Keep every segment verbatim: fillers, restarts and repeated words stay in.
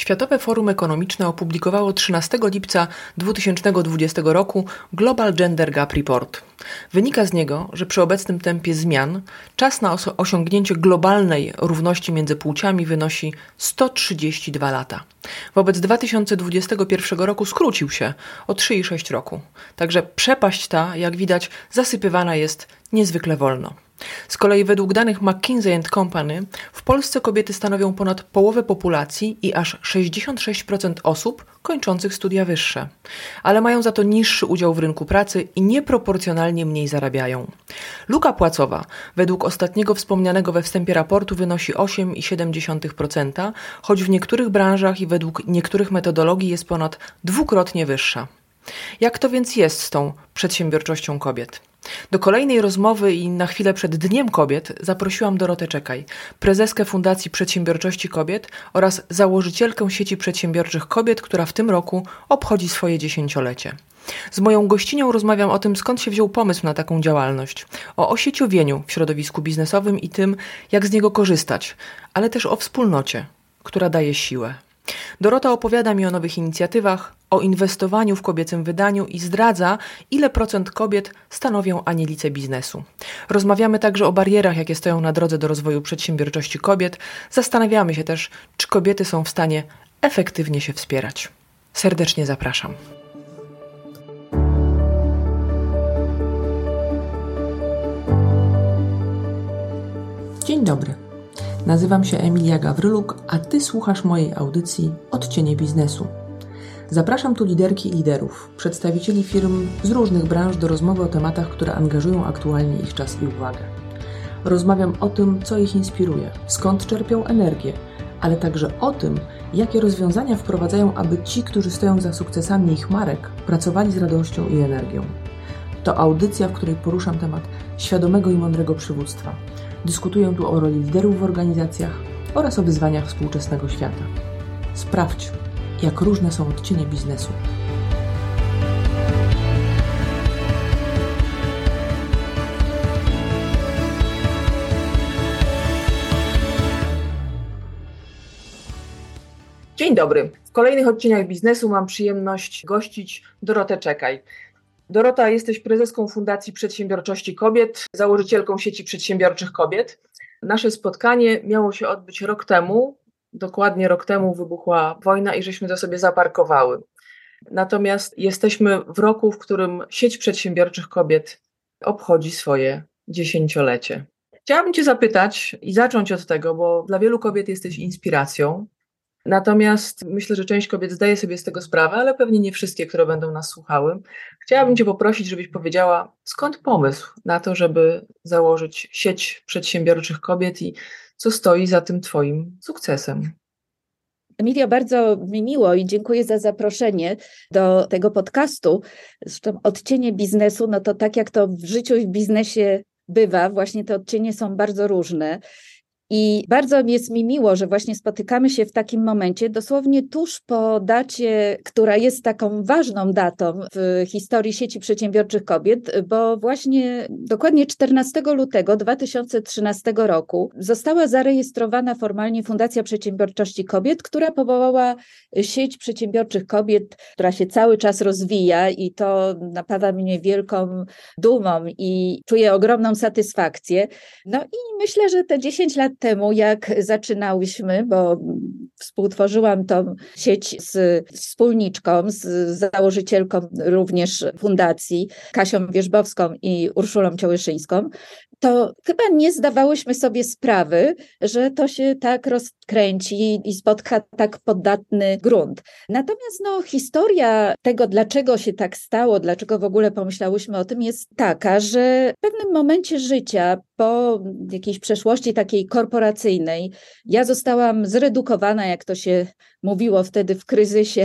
Światowe Forum Ekonomiczne opublikowało trzynastego lipca dwa tysiące dwudziestego roku Global Gender Gap Report. Wynika z niego, że przy obecnym tempie zmian czas na os- osiągnięcie globalnej równości między płciami wynosi sto trzydzieści dwa lata. Wobec dwa tysiące dwudziestego pierwszego roku skrócił się o trzy i sześć roku. Także przepaść ta, jak widać, zasypywana jest niezwykle wolno. Z kolei według danych McKinsey and Company w Polsce kobiety stanowią ponad połowę populacji i aż sześćdziesiąt sześć procent osób kończących studia wyższe. Ale mają za to niższy udział w rynku pracy i nieproporcjonalnie mniej zarabiają. Luka płacowa według ostatniego wspomnianego we wstępie raportu wynosi osiem przecinek siedem procent, choć w niektórych branżach i według niektórych metodologii jest ponad dwukrotnie wyższa. Jak to więc jest z tą przedsiębiorczością kobiet? Do kolejnej rozmowy i na chwilę przed Dniem Kobiet zaprosiłam Dorotę Czekaj, prezeskę Fundacji Przedsiębiorczości Kobiet oraz założycielkę sieci przedsiębiorczych kobiet, która w tym roku obchodzi swoje dziesięciolecie. Z moją gościnią rozmawiam o tym, skąd się wziął pomysł na taką działalność, o osieciowieniu w środowisku biznesowym i tym, jak z niego korzystać, ale też o wspólnocie, która daje siłę. Dorota opowiada mi o nowych inicjatywach, o inwestowaniu w kobiecym wydaniu i zdradza, ile procent kobiet stanowią anielice biznesu. Rozmawiamy także o barierach, jakie stoją na drodze do rozwoju przedsiębiorczości kobiet. Zastanawiamy się też, czy kobiety są w stanie efektywnie się wspierać. Serdecznie zapraszam. Dzień dobry. Nazywam się Emilia Gawryluk, a Ty słuchasz mojej audycji Odcienie biznesu. Zapraszam tu liderki i liderów, przedstawicieli firm z różnych branż do rozmowy o tematach, które angażują aktualnie ich czas i uwagę. Rozmawiam o tym, co ich inspiruje, skąd czerpią energię, ale także o tym, jakie rozwiązania wprowadzają, aby ci, którzy stoją za sukcesami ich marek, pracowali z radością i energią. To audycja, w której poruszam temat świadomego i mądrego przywództwa. Dyskutuję tu o roli liderów w organizacjach oraz o wyzwaniach współczesnego świata. Sprawdź, jak różne są odcienie biznesu. Dzień dobry. W kolejnych odcieniach biznesu mam przyjemność gościć Dorotę Czekaj. Dorota, jesteś prezeską Fundacji Przedsiębiorczości Kobiet, założycielką sieci przedsiębiorczych kobiet. Nasze spotkanie miało się odbyć rok temu. Dokładnie rok temu wybuchła wojna i żeśmy to sobie zaparkowały. Natomiast jesteśmy w roku, w którym sieć przedsiębiorczych kobiet obchodzi swoje dziesięciolecie. Chciałabym Cię zapytać i zacząć od tego, bo dla wielu kobiet jesteś inspiracją. Natomiast myślę, że część kobiet zdaje sobie z tego sprawę, ale pewnie nie wszystkie, które będą nas słuchały. Chciałabym Cię poprosić, żebyś powiedziała, skąd pomysł na to, żeby założyć sieć przedsiębiorczych kobiet i co stoi za tym Twoim sukcesem. Emilia, bardzo mi miło i dziękuję za zaproszenie do tego podcastu. Zresztą odcienie biznesu, no to tak jak to w życiu i w biznesie bywa, właśnie te odcienie są bardzo różne. I bardzo jest mi miło, że właśnie spotykamy się w takim momencie, dosłownie tuż po dacie, która jest taką ważną datą w historii sieci przedsiębiorczych kobiet, bo właśnie dokładnie czternastego lutego dwa tysiące trzynastego roku została zarejestrowana formalnie Fundacja Przedsiębiorczości Kobiet, która powołała sieć przedsiębiorczych kobiet, która się cały czas rozwija i to napawa mnie wielką dumą i czuję ogromną satysfakcję. No i myślę, że te dziesięć lat temu, jak zaczynałyśmy, bo współtworzyłam tą sieć z wspólniczką, z założycielką również fundacji, Kasią Wierzbowską i Urszulą Ciołyszyńską, to chyba nie zdawałyśmy sobie sprawy, że to się tak rozkręci i spotka tak podatny grunt. Natomiast no, historia tego, dlaczego się tak stało, dlaczego w ogóle pomyślałyśmy o tym, jest taka, że w pewnym momencie życia, po jakiejś przeszłości takiej korporacyjnej, ja zostałam zredukowana, jak to się mówiło wtedy w kryzysie,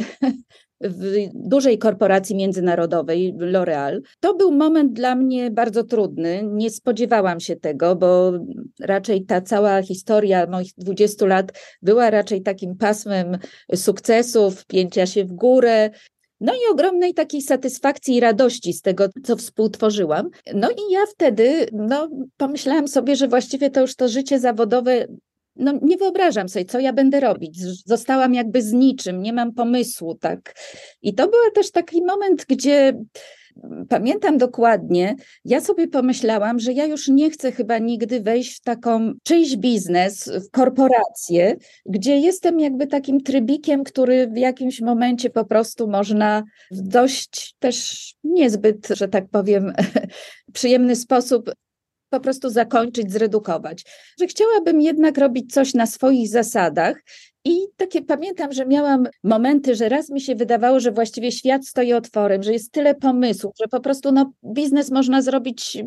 w dużej korporacji międzynarodowej, L'Oréal. To był moment dla mnie bardzo trudny. Nie spodziewałam się tego, bo raczej ta cała historia moich dwudziestu lat była raczej takim pasmem sukcesów, pięcia się w górę. No i ogromnej takiej satysfakcji i radości z tego, co współtworzyłam. No i ja wtedy no, pomyślałam sobie, że właściwie to już to życie zawodowe no nie wyobrażam sobie, co ja będę robić. Zostałam jakby z niczym, nie mam pomysłu, tak. I to był też taki moment, gdzie pamiętam dokładnie, ja sobie pomyślałam, że ja już nie chcę chyba nigdy wejść w taką czyjś biznes, w korporację, gdzie jestem jakby takim trybikiem, który w jakimś momencie po prostu można w dość też niezbyt, że tak powiem, przyjemny sposób po prostu zakończyć, zredukować. Że chciałabym jednak robić coś na swoich zasadach i takie pamiętam, że miałam momenty, że raz mi się wydawało, że właściwie świat stoi otworem, że jest tyle pomysłów, że po prostu no, biznes można zrobić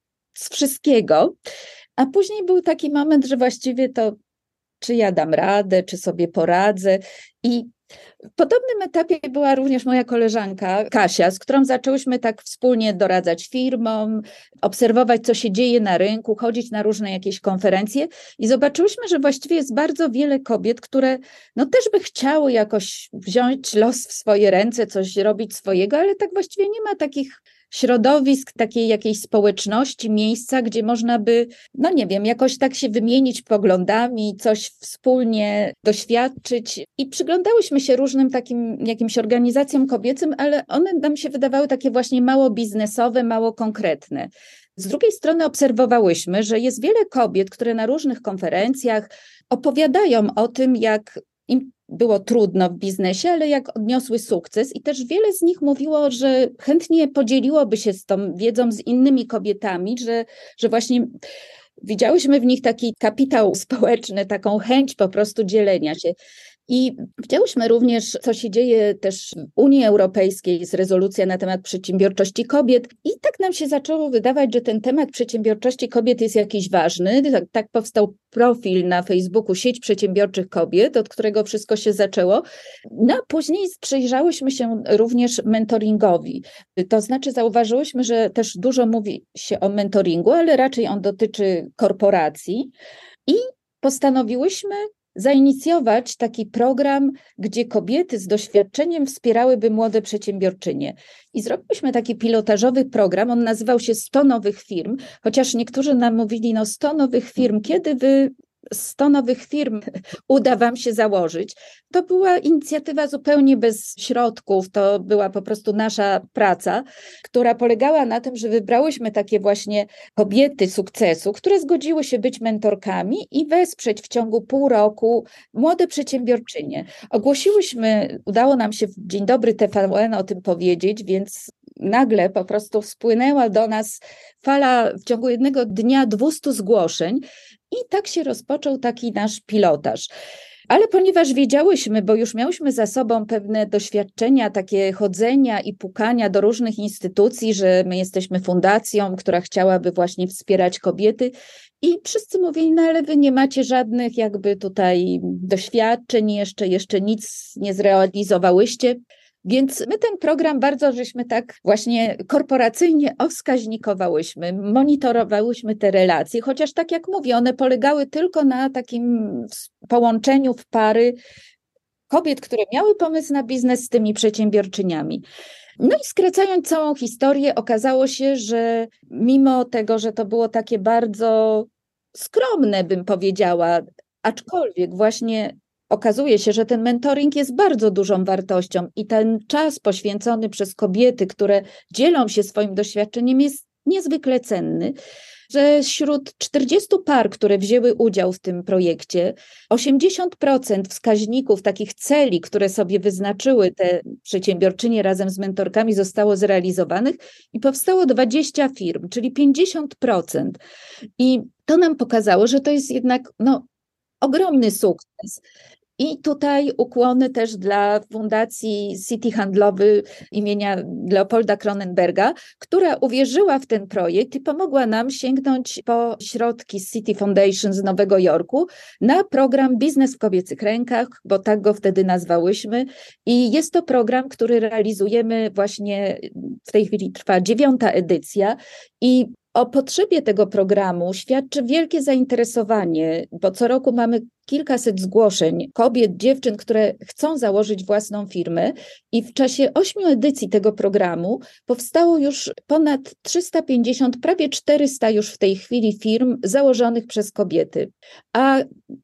z wszystkiego, a później był taki moment, że właściwie to czy ja dam radę, czy sobie poradzę i w podobnym etapie była również moja koleżanka Kasia, z którą zaczęłyśmy tak wspólnie doradzać firmom, obserwować, co się dzieje na rynku, chodzić na różne jakieś konferencje i zobaczyłyśmy, że właściwie jest bardzo wiele kobiet, które no też by chciały jakoś wziąć los w swoje ręce, coś robić swojego, ale tak właściwie nie ma takich środowisk, takiej jakiejś społeczności, miejsca, gdzie można by, no nie wiem, jakoś tak się wymienić poglądami, coś wspólnie doświadczyć i przyglądałyśmy się różnym takim jakimś organizacjom kobiecym, ale one nam się wydawały takie właśnie mało biznesowe, mało konkretne. Z drugiej strony obserwowałyśmy, że jest wiele kobiet, które na różnych konferencjach opowiadają o tym, jak im było trudno w biznesie, ale jak odniosły sukces i też wiele z nich mówiło, że chętnie podzieliłoby się z tą wiedzą z innymi kobietami, że, że właśnie widziałyśmy w nich taki kapitał społeczny, taką chęć po prostu dzielenia się. I widziałyśmy również, co się dzieje też w Unii Europejskiej, jest rezolucja na temat przedsiębiorczości kobiet i tak nam się zaczęło wydawać, że ten temat przedsiębiorczości kobiet jest jakiś ważny. Tak, tak powstał profil na Facebooku Sieć Przedsiębiorczych Kobiet, od którego wszystko się zaczęło. No a później przyjrzałyśmy się również mentoringowi. To znaczy zauważyłyśmy, że też dużo mówi się o mentoringu, ale raczej on dotyczy korporacji i postanowiłyśmy zainicjować taki program, gdzie kobiety z doświadczeniem wspierałyby młode przedsiębiorczynie. I zrobiliśmy taki pilotażowy program, on nazywał się sto nowych firm, chociaż niektórzy nam mówili, no sto nowych firm, kiedy wy sto nowych firm uda wam się założyć. To była inicjatywa zupełnie bez środków, to była po prostu nasza praca, która polegała na tym, że wybrałyśmy takie właśnie kobiety sukcesu, które zgodziły się być mentorkami i wesprzeć w ciągu pół roku młode przedsiębiorczynie. Ogłosiłyśmy, udało nam się w Dzień Dobry T V N o tym powiedzieć, więc nagle po prostu wpłynęła do nas fala w ciągu jednego dnia dwieście zgłoszeń i tak się rozpoczął taki nasz pilotaż. Ale ponieważ wiedziałyśmy, bo już miałyśmy za sobą pewne doświadczenia, takie chodzenia i pukania do różnych instytucji, że my jesteśmy fundacją, która chciałaby właśnie wspierać kobiety i wszyscy mówili, no ale wy nie macie żadnych jakby tutaj doświadczeń, jeszcze, jeszcze nic nie zrealizowałyście. Więc my ten program bardzo żeśmy tak właśnie korporacyjnie oskaźnikowałyśmy, monitorowałyśmy te relacje, chociaż tak jak mówię, one polegały tylko na takim połączeniu w pary kobiet, które miały pomysł na biznes z tymi przedsiębiorczyniami. No i skracając całą historię, okazało się, że mimo tego, że to było takie bardzo skromne, bym powiedziała, aczkolwiek właśnie okazuje się, że ten mentoring jest bardzo dużą wartością i ten czas poświęcony przez kobiety, które dzielą się swoim doświadczeniem, jest niezwykle cenny, że wśród czterdziestu par, które wzięły udział w tym projekcie, osiemdziesiąt procent wskaźników takich celi, które sobie wyznaczyły te przedsiębiorczynie razem z mentorkami, zostało zrealizowanych i powstało dwadzieścia firm, czyli pięćdziesiąt procent. I to nam pokazało, że to jest jednak no, ogromny sukces. I tutaj ukłony też dla Fundacji City Handlowy imienia Leopolda Kronenberga, która uwierzyła w ten projekt i pomogła nam sięgnąć po środki z City Foundation z Nowego Jorku na program Biznes w kobiecych rękach, bo tak go wtedy nazwałyśmy. I jest to program, który realizujemy właśnie, w tej chwili trwa dziewiąta edycja i o potrzebie tego programu świadczy wielkie zainteresowanie, bo co roku mamy kilkaset zgłoszeń kobiet, dziewczyn, które chcą założyć własną firmę i w czasie ośmiu edycji tego programu powstało już ponad trzysta pięćdziesiąt, prawie czterysta już w tej chwili firm założonych przez kobiety. A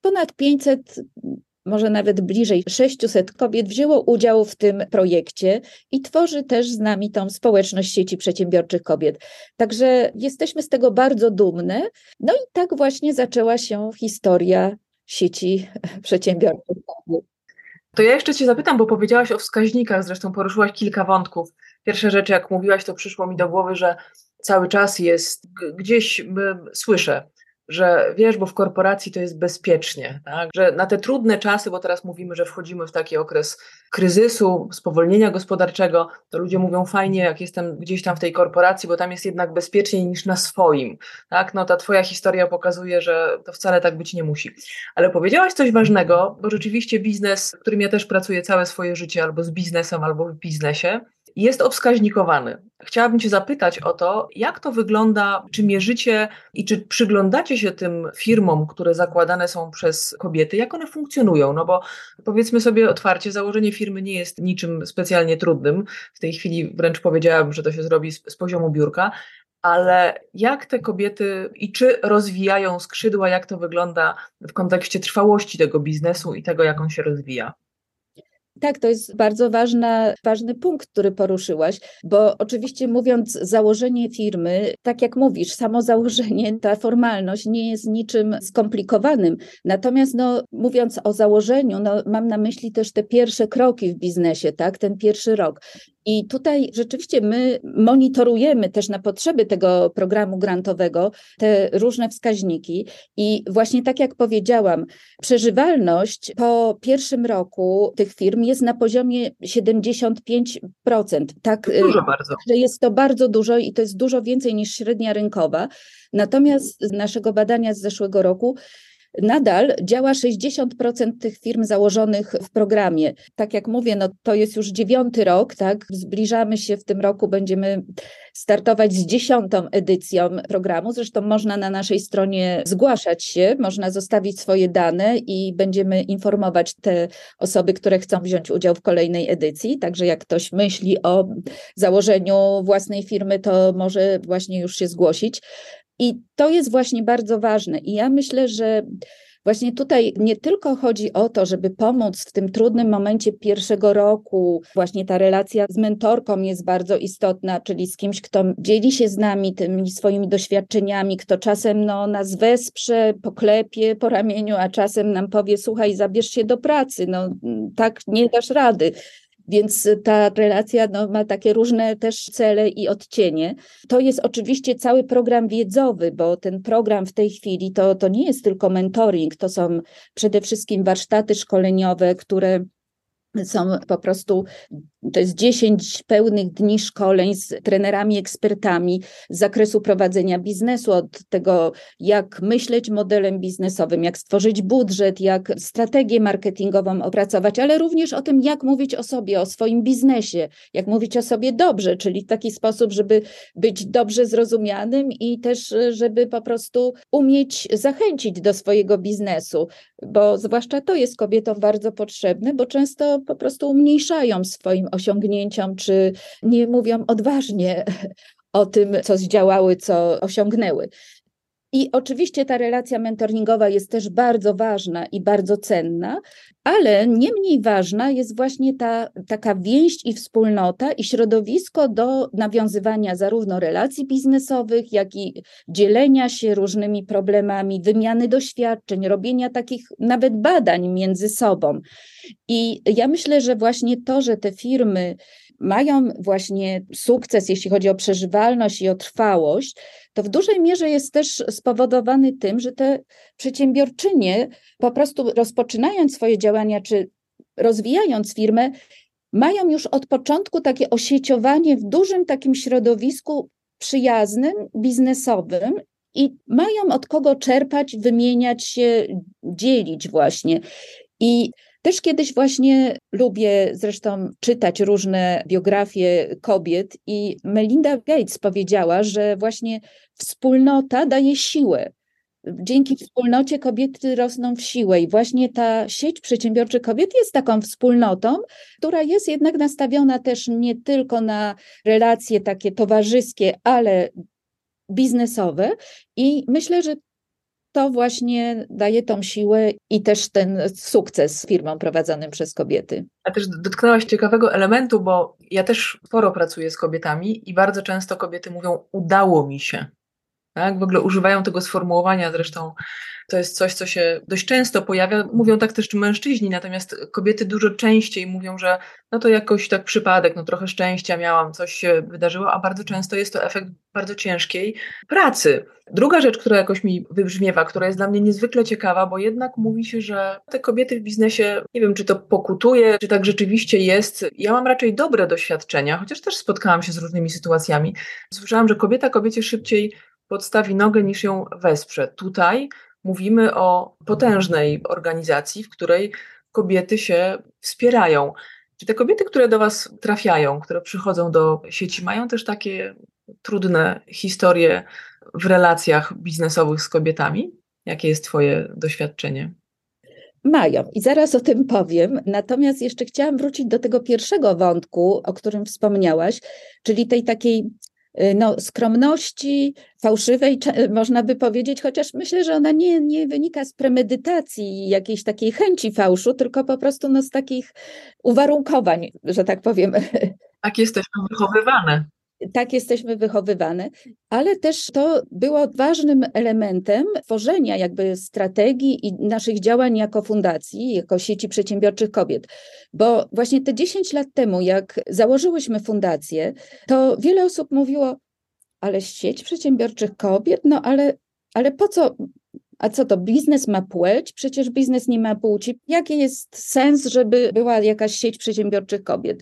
ponad pięćset, może nawet bliżej sześćset kobiet wzięło udział w tym projekcie i tworzy też z nami tą społeczność sieci przedsiębiorczych kobiet. Także jesteśmy z tego bardzo dumne. No i tak właśnie zaczęła się historia sieci przedsiębiorczych kobiet. To ja jeszcze Cię zapytam, bo powiedziałaś o wskaźnikach, zresztą poruszyłaś kilka wątków. Pierwsza rzecz, jak mówiłaś, to przyszło mi do głowy, że cały czas jest, gdzieś y, słyszę, że wiesz, bo w korporacji to jest bezpiecznie, tak? Że na te trudne czasy, bo teraz mówimy, że wchodzimy w taki okres kryzysu, spowolnienia gospodarczego, to ludzie mówią fajnie, jak jestem gdzieś tam w tej korporacji, bo tam jest jednak bezpieczniej niż na swoim, tak? No ta twoja historia pokazuje, że to wcale tak być nie musi. Ale powiedziałaś coś ważnego, bo rzeczywiście biznes, w którym ja też pracuję całe swoje życie, albo z biznesem, albo w biznesie, jest obskaźnikowany. Chciałabym Cię zapytać o to, jak to wygląda, czy mierzycie i czy przyglądacie się tym firmom, które zakładane są przez kobiety, jak one funkcjonują, no bo powiedzmy sobie otwarcie, założenie firmy nie jest niczym specjalnie trudnym. W tej chwili wręcz powiedziałabym, że to się zrobi z, z poziomu biurka, ale jak te kobiety i czy rozwijają skrzydła, jak to wygląda w kontekście trwałości tego biznesu i tego, jak on się rozwija? Tak, to jest bardzo ważna, ważny punkt, który poruszyłaś, bo oczywiście mówiąc założenie firmy, tak jak mówisz, samo założenie, ta formalność nie jest niczym skomplikowanym. Natomiast no, mówiąc o założeniu, no, mam na myśli też te pierwsze kroki w biznesie, tak, ten pierwszy rok. I tutaj rzeczywiście my monitorujemy też na potrzeby tego programu grantowego te różne wskaźniki i właśnie tak jak powiedziałam, przeżywalność po pierwszym roku tych firm jest na poziomie siedemdziesiąt pięć procent. Tak, dużo bardzo. Że jest to bardzo dużo i to jest dużo więcej niż średnia rynkowa. Natomiast z naszego badania z zeszłego roku nadal działa sześćdziesiąt procent tych firm założonych w programie. Tak jak mówię, no to jest już dziewiąty rok, tak? Zbliżamy się w tym roku, będziemy startować z dziesiątą edycją programu. Zresztą można na naszej stronie zgłaszać się, można zostawić swoje dane i będziemy informować te osoby, które chcą wziąć udział w kolejnej edycji. Także jak ktoś myśli o założeniu własnej firmy, to może właśnie już się zgłosić. I to jest właśnie bardzo ważne. I ja myślę, że właśnie tutaj nie tylko chodzi o to, żeby pomóc w tym trudnym momencie pierwszego roku, właśnie ta relacja z mentorką jest bardzo istotna, czyli z kimś, kto dzieli się z nami tymi swoimi doświadczeniami, kto czasem no, nas wesprze, poklepie po ramieniu, a czasem nam powie, słuchaj, zabierz się do pracy, no tak nie dasz rady. Więc ta relacja no, ma takie różne też cele i odcienie. To jest oczywiście cały program wiedzowy, bo ten program w tej chwili to, to nie jest tylko mentoring, to są przede wszystkim warsztaty szkoleniowe, które są po prostu, to jest dziesięć pełnych dni szkoleń z trenerami, ekspertami z zakresu prowadzenia biznesu, od tego jak myśleć modelem biznesowym, jak stworzyć budżet, jak strategię marketingową opracować, ale również o tym, jak mówić o sobie, o swoim biznesie, jak mówić o sobie dobrze, czyli w taki sposób, żeby być dobrze zrozumianym i też, żeby po prostu umieć zachęcić do swojego biznesu, bo zwłaszcza to jest kobietom bardzo potrzebne, bo często po prostu umniejszają swoim osiągnięciom, czy nie mówią odważnie o tym, co zdziałały, co osiągnęły. I oczywiście ta relacja mentoringowa jest też bardzo ważna i bardzo cenna, ale nie mniej ważna jest właśnie ta taka więź i wspólnota i środowisko do nawiązywania zarówno relacji biznesowych, jak i dzielenia się różnymi problemami, wymiany doświadczeń, robienia takich nawet badań między sobą. I ja myślę, że właśnie to, że te firmy mają właśnie sukces, jeśli chodzi o przeżywalność i o trwałość, to w dużej mierze jest też spowodowany tym, że te przedsiębiorczynie po prostu rozpoczynając swoje działania, czy rozwijając firmę, mają już od początku takie osieciowanie w dużym takim środowisku przyjaznym, biznesowym i mają od kogo czerpać, wymieniać się, dzielić właśnie. I też kiedyś właśnie lubię zresztą czytać różne biografie kobiet i Melinda Gates powiedziała, że właśnie wspólnota daje siłę. Dzięki wspólnocie kobiety rosną w siłę i właśnie ta sieć przedsiębiorczych kobiet jest taką wspólnotą, która jest jednak nastawiona też nie tylko na relacje takie towarzyskie, ale biznesowe i myślę, że to właśnie daje tą siłę i też ten sukces firmom prowadzonym przez kobiety. A też dotknęłaś ciekawego elementu, bo ja też sporo pracuję z kobietami i bardzo często kobiety mówią: udało mi się. Tak? W ogóle używają tego sformułowania, zresztą to jest coś, co się dość często pojawia. Mówią tak też mężczyźni, natomiast kobiety dużo częściej mówią, że no to jakoś tak przypadek, no trochę szczęścia miałam, coś się wydarzyło, a bardzo często jest to efekt bardzo ciężkiej pracy. Druga rzecz, która jakoś mi wybrzmiewa, która jest dla mnie niezwykle ciekawa, bo jednak mówi się, że te kobiety w biznesie, nie wiem, czy to pokutuje, czy tak rzeczywiście jest. Ja mam raczej dobre doświadczenia, chociaż też spotkałam się z różnymi sytuacjami. Słyszałam, że kobieta kobiecie szybciej podstawi nogę, niż ją wesprze. Tutaj mówimy o potężnej organizacji, w której kobiety się wspierają. Czy te kobiety, które do Was trafiają, które przychodzą do sieci, mają też takie trudne historie w relacjach biznesowych z kobietami? Jakie jest Twoje doświadczenie? Mają i zaraz o tym powiem. Natomiast jeszcze chciałam wrócić do tego pierwszego wątku, o którym wspomniałaś, czyli tej takiej no, skromności, fałszywej, można by powiedzieć, chociaż myślę, że ona nie, nie wynika z premedytacji, jakiejś takiej chęci fałszu, tylko po prostu no, z takich uwarunkowań, że tak powiem. Tak jesteśmy wychowywane. Tak jesteśmy wychowywane, ale też to było ważnym elementem tworzenia jakby strategii i naszych działań jako fundacji, jako sieci przedsiębiorczych kobiet. Bo właśnie te dziesięć lat temu, jak założyłyśmy fundację, to wiele osób mówiło, ale sieć przedsiębiorczych kobiet, no ale, ale po co, a co to, biznes ma płeć? Przecież biznes nie ma płci. Jaki jest sens, żeby była jakaś sieć przedsiębiorczych kobiet?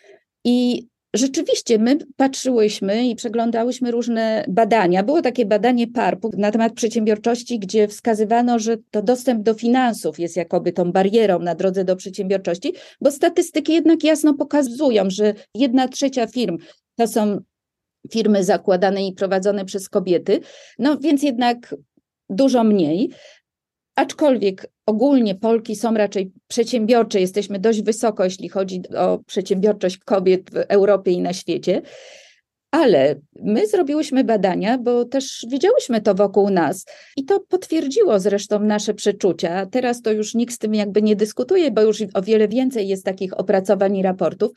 I rzeczywiście my patrzyłyśmy i przeglądałyśmy różne badania. Było takie badanie P A R P-u na temat przedsiębiorczości, gdzie wskazywano, że to dostęp do finansów jest jakoby tą barierą na drodze do przedsiębiorczości, bo statystyki jednak jasno pokazują, że jedna trzecia firm to są firmy zakładane i prowadzone przez kobiety, no więc jednak dużo mniej. Aczkolwiek ogólnie Polki są raczej przedsiębiorcze, jesteśmy dość wysoko, jeśli chodzi o przedsiębiorczość kobiet w Europie i na świecie, ale my zrobiłyśmy badania, bo też widziałyśmy to wokół nas i to potwierdziło zresztą nasze przeczucia. Teraz to już nikt z tym jakby nie dyskutuje, bo już o wiele więcej jest takich opracowań i raportów,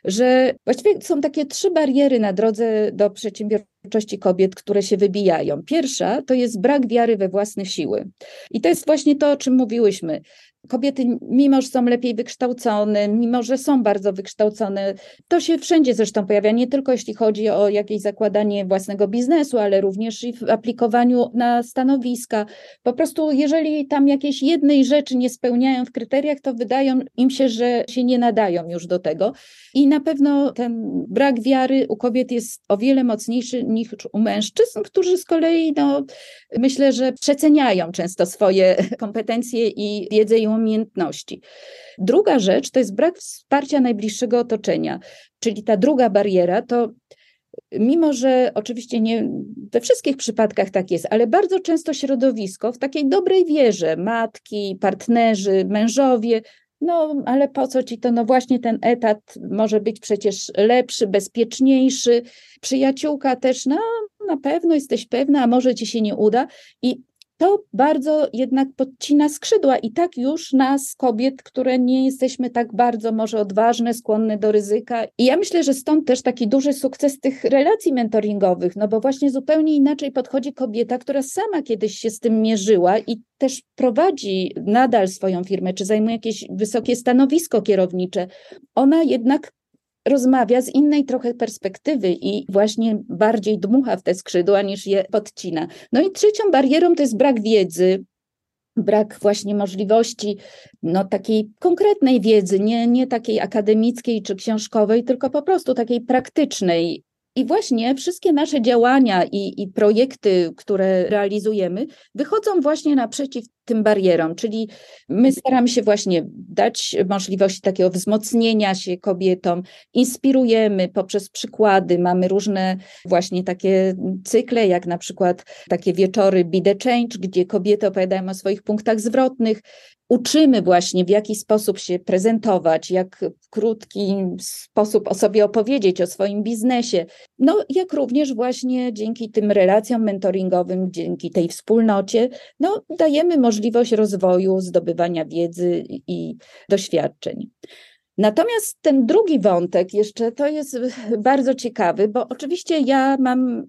że właściwie są takie trzy bariery na drodze do przedsiębiorczości kobiet, które się wybijają. Pierwsza to jest brak wiary we własne siły. I to jest właśnie to, o czym mówiłyśmy. Kobiety, mimo że są lepiej wykształcone, mimo że są bardzo wykształcone, to się wszędzie zresztą pojawia, nie tylko jeśli chodzi o jakieś zakładanie własnego biznesu, ale również i w aplikowaniu na stanowiska. Po prostu jeżeli tam jakiejś jednej rzeczy nie spełniają w kryteriach, to wydają im się, że się nie nadają już do tego. I na pewno ten brak wiary u kobiet jest o wiele mocniejszy niż u mężczyzn, którzy z kolei, no, myślę, że przeceniają często swoje kompetencje i wiedzę i umiejętności. Druga rzecz to jest brak wsparcia najbliższego otoczenia, czyli ta druga bariera to mimo, że oczywiście nie we wszystkich przypadkach tak jest, ale bardzo często środowisko w takiej dobrej wierze, matki, partnerzy, mężowie, no ale po co ci to, no właśnie ten etat może być przecież lepszy, bezpieczniejszy, przyjaciółka też, no na pewno jesteś pewna, a może ci się nie uda i to bardzo jednak podcina skrzydła i tak już nas, kobiet, które nie jesteśmy tak bardzo może odważne, skłonne do ryzyka. I ja myślę, że stąd też taki duży sukces tych relacji mentoringowych, no bo właśnie zupełnie inaczej podchodzi kobieta, która sama kiedyś się z tym mierzyła i też prowadzi nadal swoją firmę, czy zajmuje jakieś wysokie stanowisko kierownicze. Ona jednak rozmawia z innej trochę perspektywy i właśnie bardziej dmucha w te skrzydła niż je podcina. No i trzecią barierą to jest brak wiedzy, brak właśnie możliwości no, takiej konkretnej wiedzy, nie, nie takiej akademickiej czy książkowej, tylko po prostu takiej praktycznej. I właśnie wszystkie nasze działania i, i projekty, które realizujemy, wychodzą właśnie naprzeciw tym barierom, czyli my staramy się właśnie dać możliwości takiego wzmocnienia się kobietom, inspirujemy poprzez przykłady, mamy różne właśnie takie cykle, jak na przykład takie wieczory Be the Change, gdzie kobiety opowiadają o swoich punktach zwrotnych, uczymy właśnie w jaki sposób się prezentować, jak w krótki sposób o sobie opowiedzieć, o swoim biznesie, no jak również właśnie dzięki tym relacjom mentoringowym, dzięki tej wspólnocie, no dajemy możliwość rozwoju, zdobywania wiedzy i doświadczeń. Natomiast ten drugi wątek jeszcze to jest bardzo ciekawy, bo oczywiście ja mam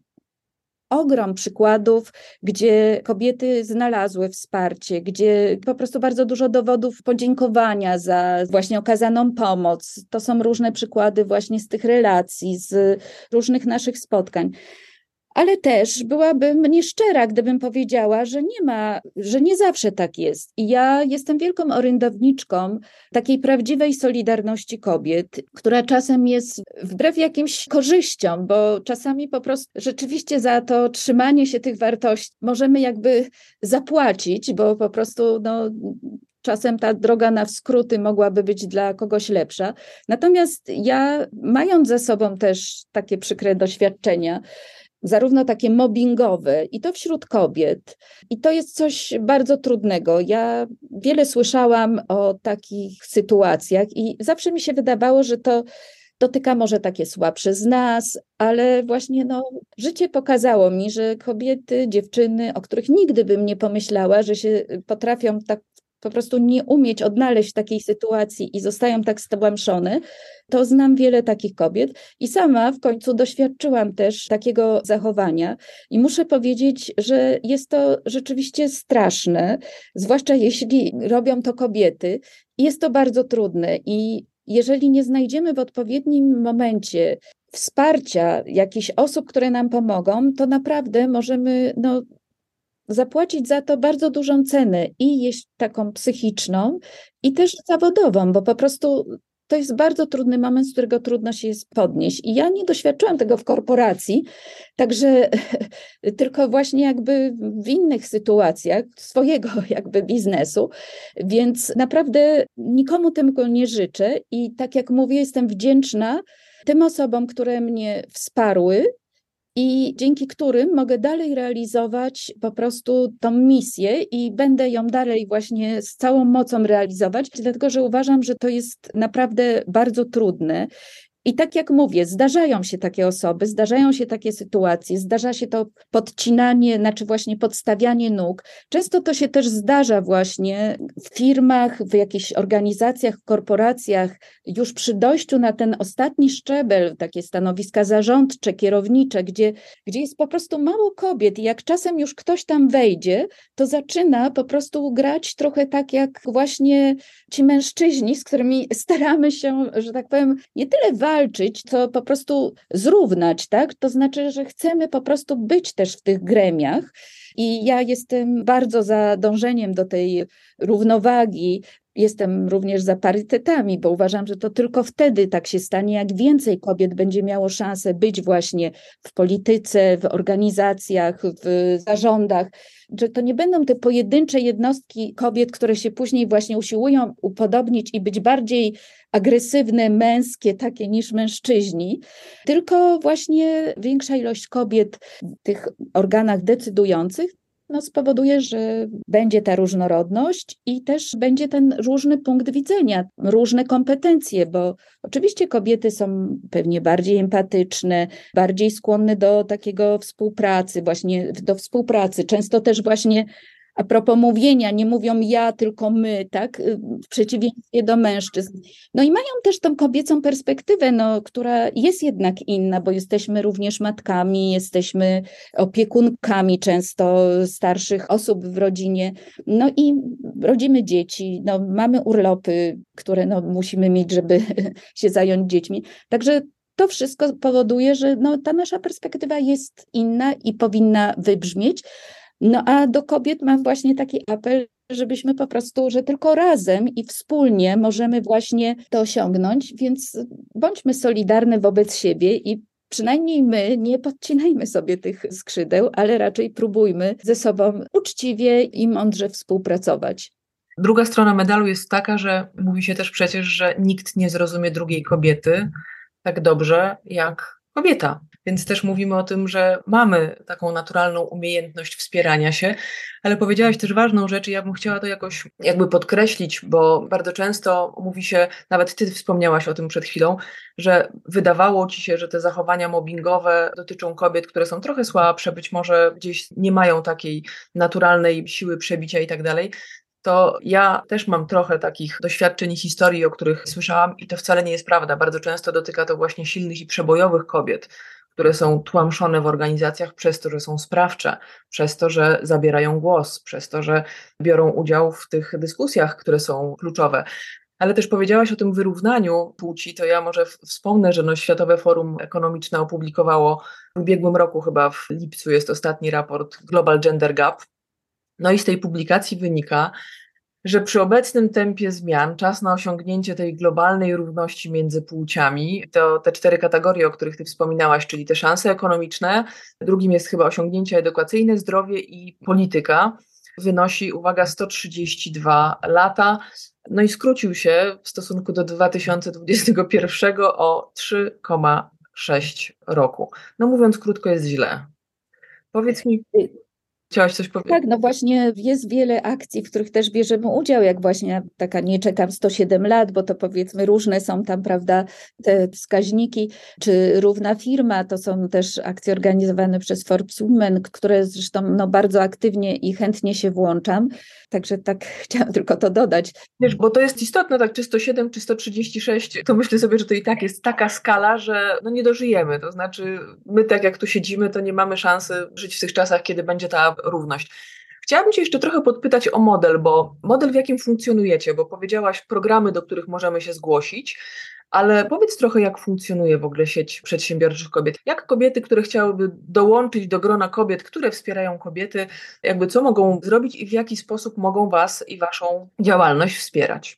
ogrom przykładów, gdzie kobiety znalazły wsparcie, gdzie po prostu bardzo dużo dowodów podziękowania za właśnie okazaną pomoc. To są różne przykłady właśnie z tych relacji, z różnych naszych spotkań. Ale też byłabym nieszczera, gdybym powiedziała, że nie ma, że nie zawsze tak jest. I ja jestem wielką orędowniczką takiej prawdziwej solidarności kobiet, która czasem jest wbrew jakimś korzyściom, bo czasami po prostu rzeczywiście za to trzymanie się tych wartości możemy jakby zapłacić, bo po prostu no, czasem ta droga na skróty mogłaby być dla kogoś lepsza. Natomiast ja, mając za sobą też takie przykre doświadczenia, zarówno takie mobbingowe i to wśród kobiet. I to jest coś bardzo trudnego. Ja wiele słyszałam o takich sytuacjach i zawsze mi się wydawało, że to dotyka może takie słabsze z nas, ale właśnie no, życie pokazało mi, że kobiety, dziewczyny, o których nigdy bym nie pomyślała, że się potrafią tak po prostu nie umieć odnaleźć w takiej sytuacji i zostają tak stłamszone, to znam wiele takich kobiet i sama w końcu doświadczyłam też takiego zachowania i muszę powiedzieć, że jest to rzeczywiście straszne, zwłaszcza jeśli robią to kobiety. Jest to bardzo trudne i jeżeli nie znajdziemy w odpowiednim momencie wsparcia jakichś osób, które nam pomogą, to naprawdę możemy no, zapłacić za to bardzo dużą cenę i jest taką psychiczną i też zawodową, bo po prostu to jest bardzo trudny moment, z którego trudno się jest podnieść. I ja nie doświadczyłam tego w korporacji, także tylko właśnie jakby w innych sytuacjach swojego jakby biznesu, więc naprawdę nikomu tego nie życzę i tak jak mówię, jestem wdzięczna tym osobom, które mnie wsparły, i dzięki którym mogę dalej realizować po prostu tą misję i będę ją dalej właśnie z całą mocą realizować, dlatego że uważam, że to jest naprawdę bardzo trudne. I tak jak mówię, zdarzają się takie osoby, zdarzają się takie sytuacje, zdarza się to podcinanie, znaczy właśnie podstawianie nóg. Często to się też zdarza właśnie w firmach, w jakichś organizacjach, korporacjach, już przy dojściu na ten ostatni szczebel, takie stanowiska zarządcze, kierownicze, gdzie, gdzie jest po prostu mało kobiet i jak czasem już ktoś tam wejdzie, to zaczyna po prostu grać trochę tak jak właśnie ci mężczyźni, z którymi staramy się, że tak powiem, nie tyle walczyć, walczyć, to po prostu zrównać, tak? To znaczy, że chcemy po prostu być też w tych gremiach i ja jestem bardzo za dążeniem do tej równowagi. Jestem również za parytetami, bo uważam, że to tylko wtedy tak się stanie, jak więcej kobiet będzie miało szansę być właśnie w polityce, w organizacjach, w zarządach, że to nie będą te pojedyncze jednostki kobiet, które się później właśnie usiłują upodobnić i być bardziej agresywne, męskie, takie niż mężczyźni, tylko właśnie większa ilość kobiet w tych organach decydujących no, spowoduje, że będzie ta różnorodność i też będzie ten różny punkt widzenia, różne kompetencje, bo oczywiście kobiety są pewnie bardziej empatyczne, bardziej skłonne do takiego współpracy, właśnie do współpracy. Często też właśnie a propos mówienia, nie mówią ja, tylko my, tak, w przeciwieństwie do mężczyzn. No i mają też tą kobiecą perspektywę, no, która jest jednak inna, bo jesteśmy również matkami, jesteśmy opiekunkami często starszych osób w rodzinie, no i rodzimy dzieci, no, mamy urlopy, które no, musimy mieć, żeby się zająć dziećmi. Także to wszystko powoduje, że no, ta nasza perspektywa jest inna i powinna wybrzmieć. No a do kobiet mam właśnie taki apel, żebyśmy po prostu, że tylko razem i wspólnie możemy właśnie to osiągnąć, więc bądźmy solidarne wobec siebie i przynajmniej my nie podcinajmy sobie tych skrzydeł, ale raczej próbujmy ze sobą uczciwie i mądrze współpracować. Druga strona medalu jest taka, że mówi się też przecież, że nikt nie zrozumie drugiej kobiety tak dobrze jak kobieta. Więc też mówimy o tym, że mamy taką naturalną umiejętność wspierania się, ale powiedziałaś też ważną rzecz i ja bym chciała to jakoś jakby podkreślić, bo bardzo często mówi się, nawet ty wspomniałaś o tym przed chwilą, że wydawało ci się, że te zachowania mobbingowe dotyczą kobiet, które są trochę słabsze, być może gdzieś nie mają takiej naturalnej siły przebicia i tak dalej. To ja też mam trochę takich doświadczeń i historii, o których słyszałam i to wcale nie jest prawda. Bardzo często dotyka to właśnie silnych i przebojowych kobiet, które są tłamszone w organizacjach przez to, że są sprawcze, przez to, że zabierają głos, przez to, że biorą udział w tych dyskusjach, które są kluczowe. Ale też powiedziałaś o tym wyrównaniu płci, to ja może wspomnę, że no Światowe Forum Ekonomiczne opublikowało w ubiegłym roku, chyba w lipcu jest ostatni raport Global Gender Gap. No i z tej publikacji wynika, że przy obecnym tempie zmian czas na osiągnięcie tej globalnej równości między płciami, to te cztery kategorie, o których ty wspominałaś, czyli te szanse ekonomiczne, drugim jest chyba osiągnięcia edukacyjne, zdrowie i polityka, wynosi, uwaga, sto trzydzieści dwa lata. No i skrócił się w stosunku do dwa tysiące dwudziestego pierwszego o trzy przecinek sześć roku. No mówiąc krótko, jest źle. Powiedz mi... Chciałaś coś powiedzieć? Tak, no właśnie jest wiele akcji, w których też bierzemy udział, jak właśnie taka Nie czekam sto siedem lat, bo to powiedzmy różne są tam, prawda, te wskaźniki, czy Równa firma, to są też akcje organizowane przez Forbes Women, które zresztą no, bardzo aktywnie i chętnie się włączam, także tak chciałam tylko to dodać. Wiesz, bo to jest istotne, tak czy sto siedem, czy sto trzydzieści sześć, to myślę sobie, że to i tak jest taka skala, że no nie dożyjemy, to znaczy my tak jak tu siedzimy, to nie mamy szansy żyć w tych czasach, kiedy będzie ta równość. Chciałabym cię jeszcze trochę podpytać o model, bo model, w jakim funkcjonujecie, bo powiedziałaś programy, do których możemy się zgłosić, ale powiedz trochę, jak funkcjonuje w ogóle sieć przedsiębiorczych kobiet. Jak kobiety, które chciałyby dołączyć do grona kobiet, które wspierają kobiety, jakby co mogą zrobić i w jaki sposób mogą was i waszą działalność wspierać?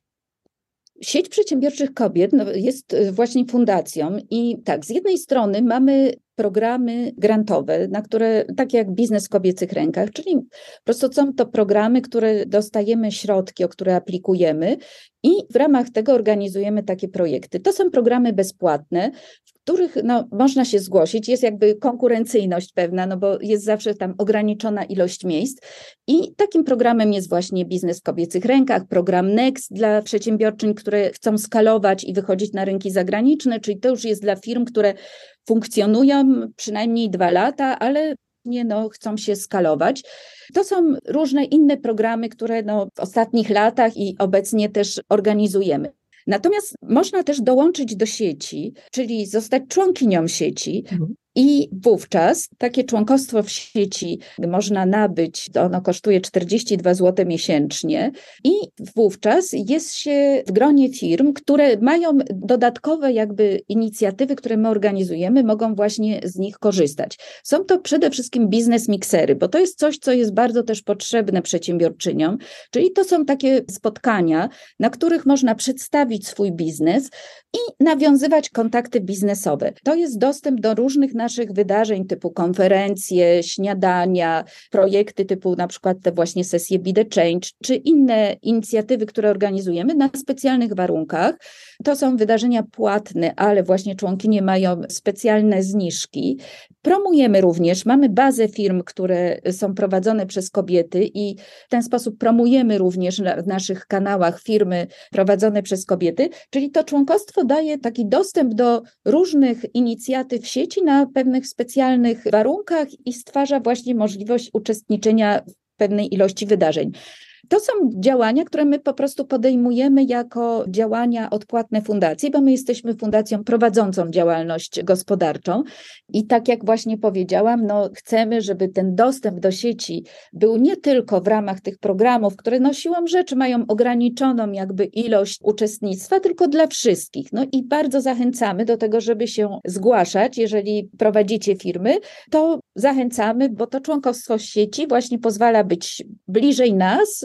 Sieć Przedsiębiorczych Kobiet no, jest właśnie fundacją i tak, z jednej strony mamy programy grantowe, na które, takie jak Biznes w kobiecych rękach, czyli po prostu są to programy, które dostajemy środki, o które aplikujemy i w ramach tego organizujemy takie projekty. To są programy bezpłatne, w których no, można się zgłosić, jest jakby konkurencyjność pewna, no bo jest zawsze tam ograniczona ilość miejsc i takim programem jest właśnie Biznes w kobiecych rękach, program Next dla przedsiębiorczyń, które chcą skalować i wychodzić na rynki zagraniczne, czyli to już jest dla firm, które funkcjonują przynajmniej dwa lata, ale nie, no, chcą się skalować. To są różne inne programy, które no, w ostatnich latach i obecnie też organizujemy. Natomiast można też dołączyć do sieci, czyli zostać członkinią sieci. Mhm. I wówczas takie członkostwo w sieci można nabyć, ono kosztuje czterdzieści dwa złote miesięcznie i wówczas jest się w gronie firm, które mają dodatkowe jakby inicjatywy, które my organizujemy, mogą właśnie z nich korzystać. Są to przede wszystkim biznes miksery, bo to jest coś, co jest bardzo też potrzebne przedsiębiorczyniom, czyli to są takie spotkania, na których można przedstawić swój biznes i nawiązywać kontakty biznesowe. To jest dostęp do różnych naszych wydarzeń typu konferencje, śniadania, projekty typu na przykład te właśnie sesje Be the Change, czy inne inicjatywy, które organizujemy na specjalnych warunkach. To są wydarzenia płatne, ale właśnie członkinie mają specjalne zniżki. Promujemy również, mamy bazę firm, które są prowadzone przez kobiety i w ten sposób promujemy również na, w naszych kanałach firmy prowadzone przez kobiety, czyli to członkostwo daje taki dostęp do różnych inicjatyw w sieci na pewnych specjalnych warunkach i stwarza właśnie możliwość uczestniczenia w pewnej ilości wydarzeń. To są działania, które my po prostu podejmujemy jako działania odpłatne fundacji, bo my jesteśmy fundacją prowadzącą działalność gospodarczą i tak jak właśnie powiedziałam, no chcemy, żeby ten dostęp do sieci był nie tylko w ramach tych programów, które no siłą rzeczy mają ograniczoną jakby ilość uczestnictwa, tylko dla wszystkich. No i bardzo zachęcamy do tego, żeby się zgłaszać. Jeżeli prowadzicie firmy, to zachęcamy, bo to członkostwo w sieci właśnie pozwala być bliżej nas,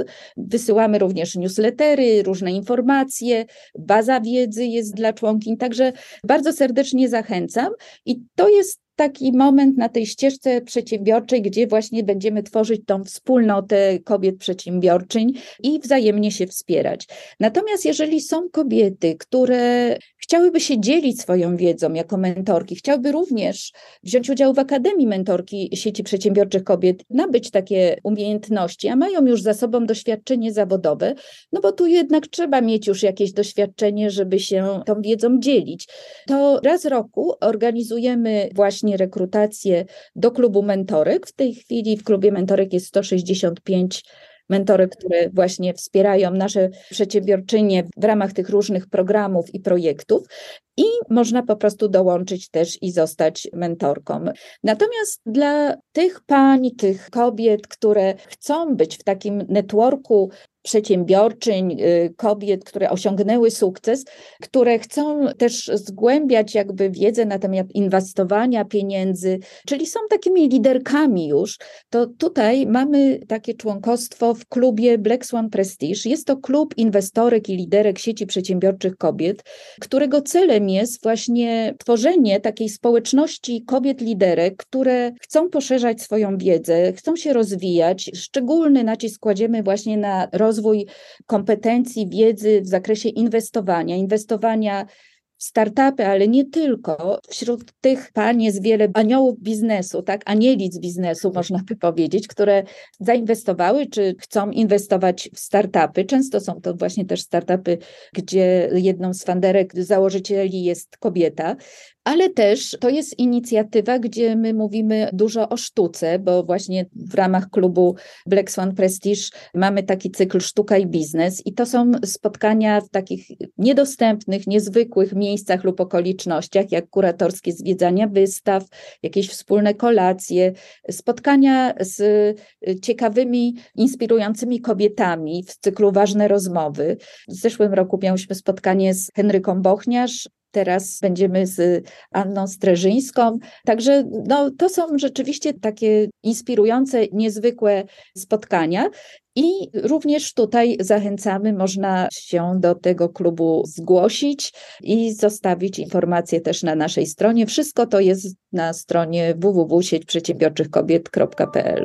Wysyłamy również newslettery, różne informacje, baza wiedzy jest dla członkiń, także bardzo serdecznie zachęcam i to jest taki moment na tej ścieżce przedsiębiorczej, gdzie właśnie będziemy tworzyć tą wspólnotę kobiet przedsiębiorczyń i wzajemnie się wspierać. Natomiast jeżeli są kobiety, które chciałyby się dzielić swoją wiedzą jako mentorki, chciałyby również wziąć udział w Akademii Mentorki Sieci Przedsiębiorczych Kobiet, nabyć takie umiejętności, a mają już za sobą doświadczenie zawodowe, no bo tu jednak trzeba mieć już jakieś doświadczenie, żeby się tą wiedzą dzielić. To raz w roku organizujemy właśnie rekrutację do klubu mentorek. W tej chwili w klubie mentorek jest sto sześćdziesiąt pięć mentorek, które właśnie wspierają nasze przedsiębiorczynie w ramach tych różnych programów i projektów. I można po prostu dołączyć też i zostać mentorką. Natomiast dla tych pań, tych kobiet, które chcą być w takim networku przedsiębiorczyń, kobiet, które osiągnęły sukces, które chcą też zgłębiać jakby wiedzę na temat inwestowania pieniędzy, czyli są takimi liderkami już, to tutaj mamy takie członkostwo w klubie Black Swan Prestige. Jest to klub inwestorek i liderek sieci przedsiębiorczych kobiet, którego celem jest właśnie tworzenie takiej społeczności kobiet liderek, które chcą poszerzać swoją wiedzę, chcą się rozwijać. Szczególny nacisk kładziemy właśnie na rozwój kompetencji, wiedzy w zakresie inwestowania, inwestowania w startupy, ale nie tylko. Wśród tych pań jest wiele aniołów biznesu, tak, anielic biznesu, można by powiedzieć, które zainwestowały, czy chcą inwestować w startupy. Często są to właśnie też startupy, gdzie jedną z funderek, założycieli jest kobieta, ale też to jest inicjatywa, gdzie my mówimy dużo o sztuce, bo właśnie w ramach klubu Black Swan Prestige mamy taki cykl Sztuka i Biznes i to są spotkania w takich niedostępnych, niezwykłych miejscach lub okolicznościach, jak kuratorskie zwiedzania wystaw, jakieś wspólne kolacje, spotkania z ciekawymi, inspirującymi kobietami w cyklu Ważne Rozmowy. W zeszłym roku miałyśmy spotkanie z Henryką Bochniarz, teraz będziemy z Anną Streżyńską. Także no, to są rzeczywiście takie inspirujące, niezwykłe spotkania. I również tutaj zachęcamy, można się do tego klubu zgłosić i zostawić informacje też na naszej stronie. Wszystko to jest na stronie w w w kropka sieć przedsiębiorczych kobiet kropka p l.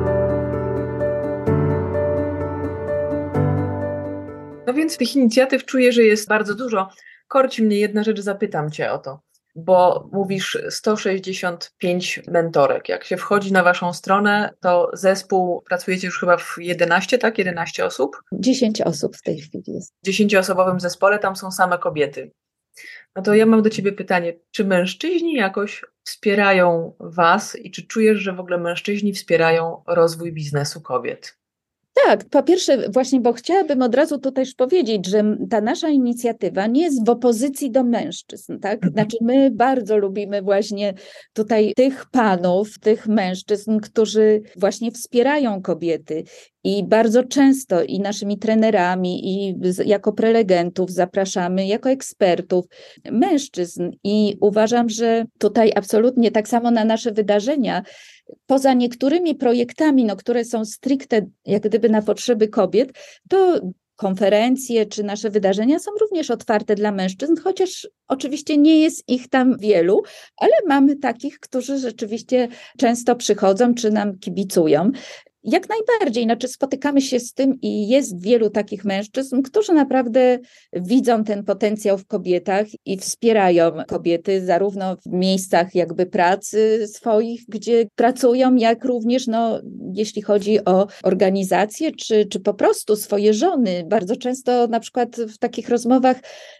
No więc tych inicjatyw czuję, że jest bardzo dużo. Korci mnie jedna rzecz, zapytam Cię o to, bo mówisz sto sześćdziesiąt pięć mentorek. Jak się wchodzi na Waszą stronę, to zespół, pracujecie już chyba w jedenaście, tak? jedenaście osób? dziesięć osób w tej chwili jest. W dziesięcioosobowym zespole tam są same kobiety. No to ja mam do Ciebie pytanie, czy mężczyźni jakoś wspierają Was i czy czujesz, że w ogóle mężczyźni wspierają rozwój biznesu kobiet? Tak, po pierwsze właśnie, bo chciałabym od razu tutaj też powiedzieć, że ta nasza inicjatywa nie jest w opozycji do mężczyzn, tak? Znaczy my bardzo lubimy właśnie tutaj tych panów, tych mężczyzn, którzy właśnie wspierają kobiety i bardzo często i naszymi trenerami i jako prelegentów zapraszamy, jako ekspertów mężczyzn i uważam, że tutaj absolutnie tak samo na nasze wydarzenia, poza niektórymi projektami, no, które są stricte jak gdyby na potrzeby kobiet, to konferencje czy nasze wydarzenia są również otwarte dla mężczyzn, chociaż oczywiście nie jest ich tam wielu, ale mamy takich, którzy rzeczywiście często przychodzą czy nam kibicują. Jak najbardziej, znaczy spotykamy się z tym i jest wielu takich mężczyzn, którzy naprawdę widzą ten potencjał w kobietach i wspierają kobiety zarówno w miejscach jakby pracy swoich, gdzie pracują, jak również no, jeśli chodzi o organizacje, czy, czy po prostu swoje żony. Bardzo często na przykład w takich rozmowach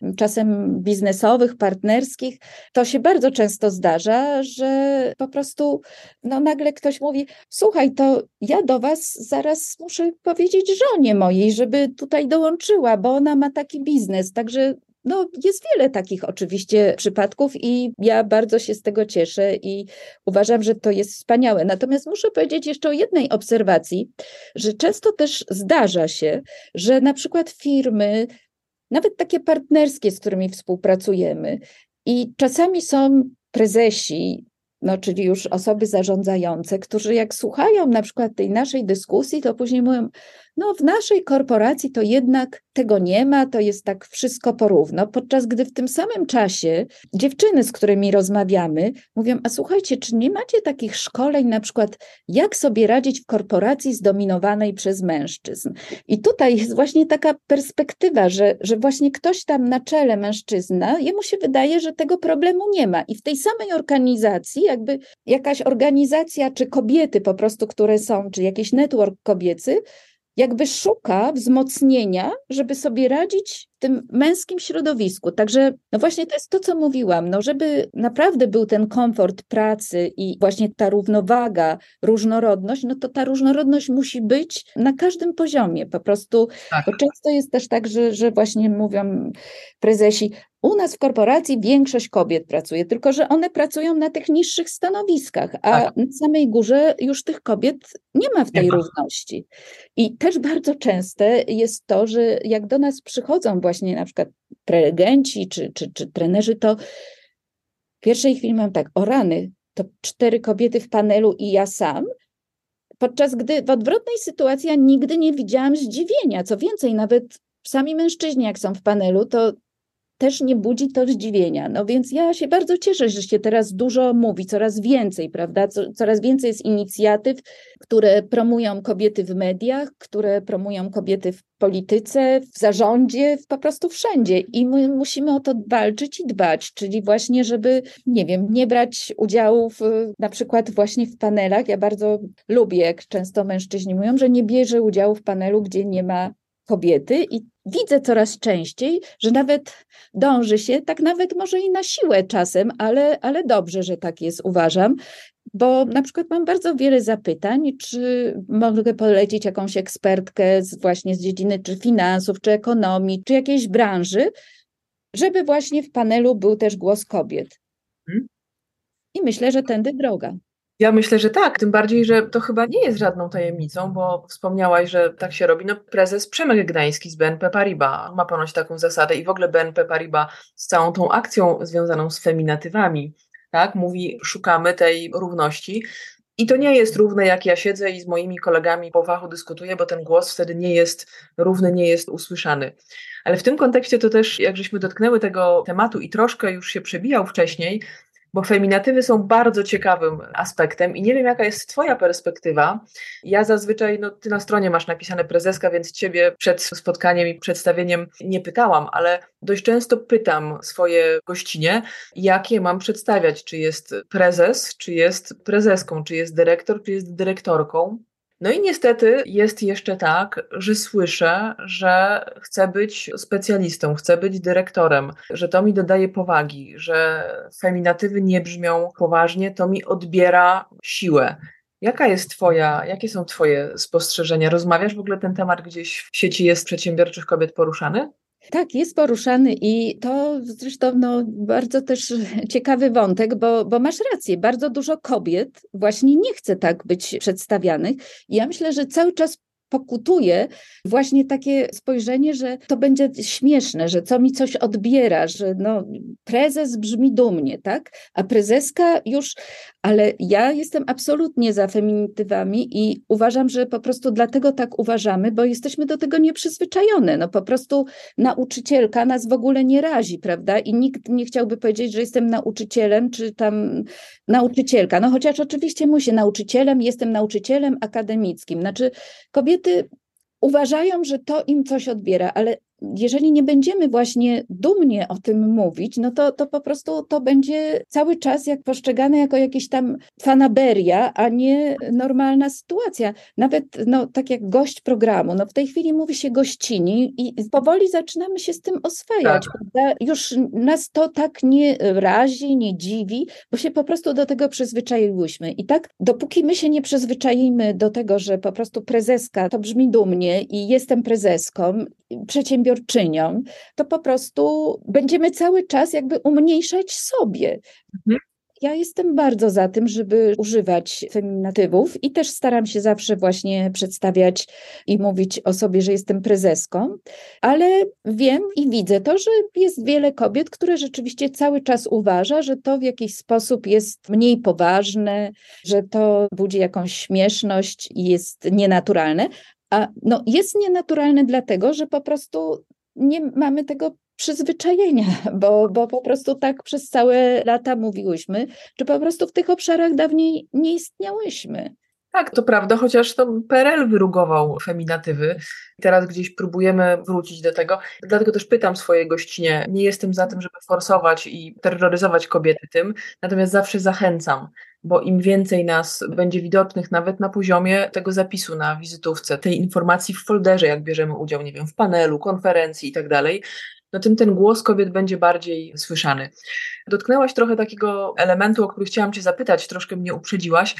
czasem biznesowych, partnerskich, to się bardzo często zdarza, że po prostu no, nagle ktoś mówi, słuchaj, to ja do was zaraz muszę powiedzieć żonie mojej, żeby tutaj dołączyła, bo ona ma taki biznes, także no, jest wiele takich oczywiście przypadków i ja bardzo się z tego cieszę i uważam, że to jest wspaniałe. Natomiast muszę powiedzieć jeszcze o jednej obserwacji, że często też zdarza się, że na przykład firmy, nawet takie partnerskie, z którymi współpracujemy i czasami są prezesi, no, czyli już osoby zarządzające, którzy jak słuchają na przykład tej naszej dyskusji, to później mówią, No w naszej korporacji to jednak tego nie ma, to jest tak wszystko porówno, podczas gdy w tym samym czasie dziewczyny, z którymi rozmawiamy, mówią, a słuchajcie, czy nie macie takich szkoleń na przykład, jak sobie radzić w korporacji zdominowanej przez mężczyzn? I tutaj jest właśnie taka perspektywa, że, że właśnie ktoś tam na czele mężczyzna, jemu się wydaje, że tego problemu nie ma. I w tej samej organizacji, jakby jakaś organizacja, czy kobiety po prostu, które są, czy jakiś network kobiecy, jakby szuka wzmocnienia, żeby sobie radzić w tym męskim środowisku. Także no właśnie to jest to, co mówiłam, no żeby naprawdę był ten komfort pracy i właśnie ta równowaga, różnorodność, no to ta różnorodność musi być na każdym poziomie po prostu, Tak. bo często jest też tak, że, że właśnie mówią prezesi, u nas w korporacji większość kobiet pracuje, tylko że one pracują na tych niższych stanowiskach, a Tak. na samej górze już tych kobiet nie ma w tej Nie ma. równości. I też bardzo częste jest to, że jak do nas przychodzą właśnie na przykład prelegenci czy, czy, czy trenerzy, to w pierwszej chwili mam tak, o rany, to cztery kobiety w panelu i ja sam, podczas gdy w odwrotnej sytuacji ja nigdy nie widziałam zdziwienia. Co więcej, nawet sami mężczyźni jak są w panelu, to też nie budzi to zdziwienia. No więc ja się bardzo cieszę, że się teraz dużo mówi, coraz więcej, prawda? Co, coraz więcej jest inicjatyw, które promują kobiety w mediach, które promują kobiety w polityce, w zarządzie, w, po prostu wszędzie. I my musimy o to walczyć i dbać, czyli właśnie, żeby, nie wiem, nie brać udziału w, na przykład właśnie w panelach. Ja bardzo lubię, jak często mężczyźni mówią, że nie bierze udziału w panelu, gdzie nie ma kobiety i widzę coraz częściej, że nawet dąży się, tak nawet może i na siłę czasem, ale, ale dobrze, że tak jest, uważam, bo na przykład mam bardzo wiele zapytań, czy mogę polecić jakąś ekspertkę z, właśnie z dziedziny czy finansów, czy ekonomii, czy jakiejś branży, żeby właśnie w panelu był też głos kobiet. Hmm. I myślę, że tędy droga. Ja myślę, że tak, tym bardziej, że to chyba nie jest żadną tajemnicą, bo wspomniałaś, że tak się robi. No, prezes Przemek Gdański z B N P Paribas ma ponoć taką zasadę i w ogóle B N P Paribas z całą tą akcją związaną z feminatywami, tak, mówi, szukamy tej równości. I to nie jest równe, jak ja siedzę i z moimi kolegami po fachu dyskutuję, bo ten głos wtedy nie jest równy, nie jest usłyszany. Ale w tym kontekście to też, jak żeśmy dotknęły tego tematu i troszkę już się przebijał wcześniej, bo feminatywy są bardzo ciekawym aspektem i nie wiem, jaka jest twoja perspektywa. Ja zazwyczaj, no ty na stronie masz napisane prezeska, więc ciebie przed spotkaniem i przedstawieniem nie pytałam, ale dość często pytam swoje gościnie, jakie mam przedstawiać, czy jest prezes, czy jest prezeską, czy jest dyrektor, czy jest dyrektorką. No i niestety jest jeszcze tak, że słyszę, że chcę być specjalistą, chcę być dyrektorem, że to mi dodaje powagi, że feminatywy nie brzmią poważnie, to mi odbiera siłę. Jaka jest twoja, jakie są twoje spostrzeżenia? Rozmawiasz w ogóle ten temat gdzieś w sieci jest przedsiębiorczych kobiet poruszany? Tak, jest poruszany i to zresztą no, bardzo też ciekawy wątek, bo, bo masz rację, bardzo dużo kobiet właśnie nie chce tak być przedstawianych. I ja myślę, że cały czas pokutuje właśnie takie spojrzenie, że to będzie śmieszne, że co mi coś odbiera, że no, prezes brzmi dumnie, tak? A prezeska już, ale ja jestem absolutnie za feminitywami i uważam, że po prostu dlatego tak uważamy, bo jesteśmy do tego nieprzyzwyczajone. No po prostu nauczycielka nas w ogóle nie razi, prawda? I nikt nie chciałby powiedzieć, że jestem nauczycielem, czy tam nauczycielka. No chociaż oczywiście musi, nauczycielem, jestem nauczycielem akademickim. Znaczy kobiety uważają, że to im coś odbiera, ale jeżeli nie będziemy właśnie dumnie o tym mówić, no to, to po prostu to będzie cały czas jak postrzegane jako jakieś tam fanaberia, a nie normalna sytuacja. Nawet no, tak jak gość programu, no w tej chwili mówi się gościni i powoli zaczynamy się z tym oswajać, Tak. prawda? Już nas to tak nie razi, nie dziwi, bo się po prostu do tego przyzwyczaiłyśmy. I tak dopóki my się nie przyzwyczaimy do tego, że po prostu prezeska to brzmi dumnie i jestem prezeską, przedsiębiorczynią, to po prostu będziemy cały czas jakby umniejszać sobie. Mhm. Ja jestem bardzo za tym, żeby używać feminatywów i też staram się zawsze właśnie przedstawiać i mówić o sobie, że jestem prezeską, ale wiem i widzę to, że jest wiele kobiet, które rzeczywiście cały czas uważa, że to w jakiś sposób jest mniej poważne, że to budzi jakąś śmieszność i jest nienaturalne. A no, jest nienaturalny dlatego, że po prostu nie mamy tego przyzwyczajenia, bo, bo po prostu tak przez całe lata mówiłyśmy, czy po prostu w tych obszarach dawniej nie istniałyśmy. Tak, to prawda, chociaż to P R L wyrugował feminatywy. Teraz gdzieś próbujemy wrócić do tego. Dlatego też pytam swoje gościnie. Nie jestem za tym, żeby forsować i terroryzować kobiety tym, natomiast zawsze zachęcam, bo im więcej nas będzie widocznych nawet na poziomie tego zapisu na wizytówce, tej informacji w folderze, jak bierzemy udział, nie wiem, w panelu, konferencji i tak dalej, no tym ten głos kobiet będzie bardziej słyszany. Dotknęłaś trochę takiego elementu, o który chciałam Cię zapytać, troszkę mnie uprzedziłaś,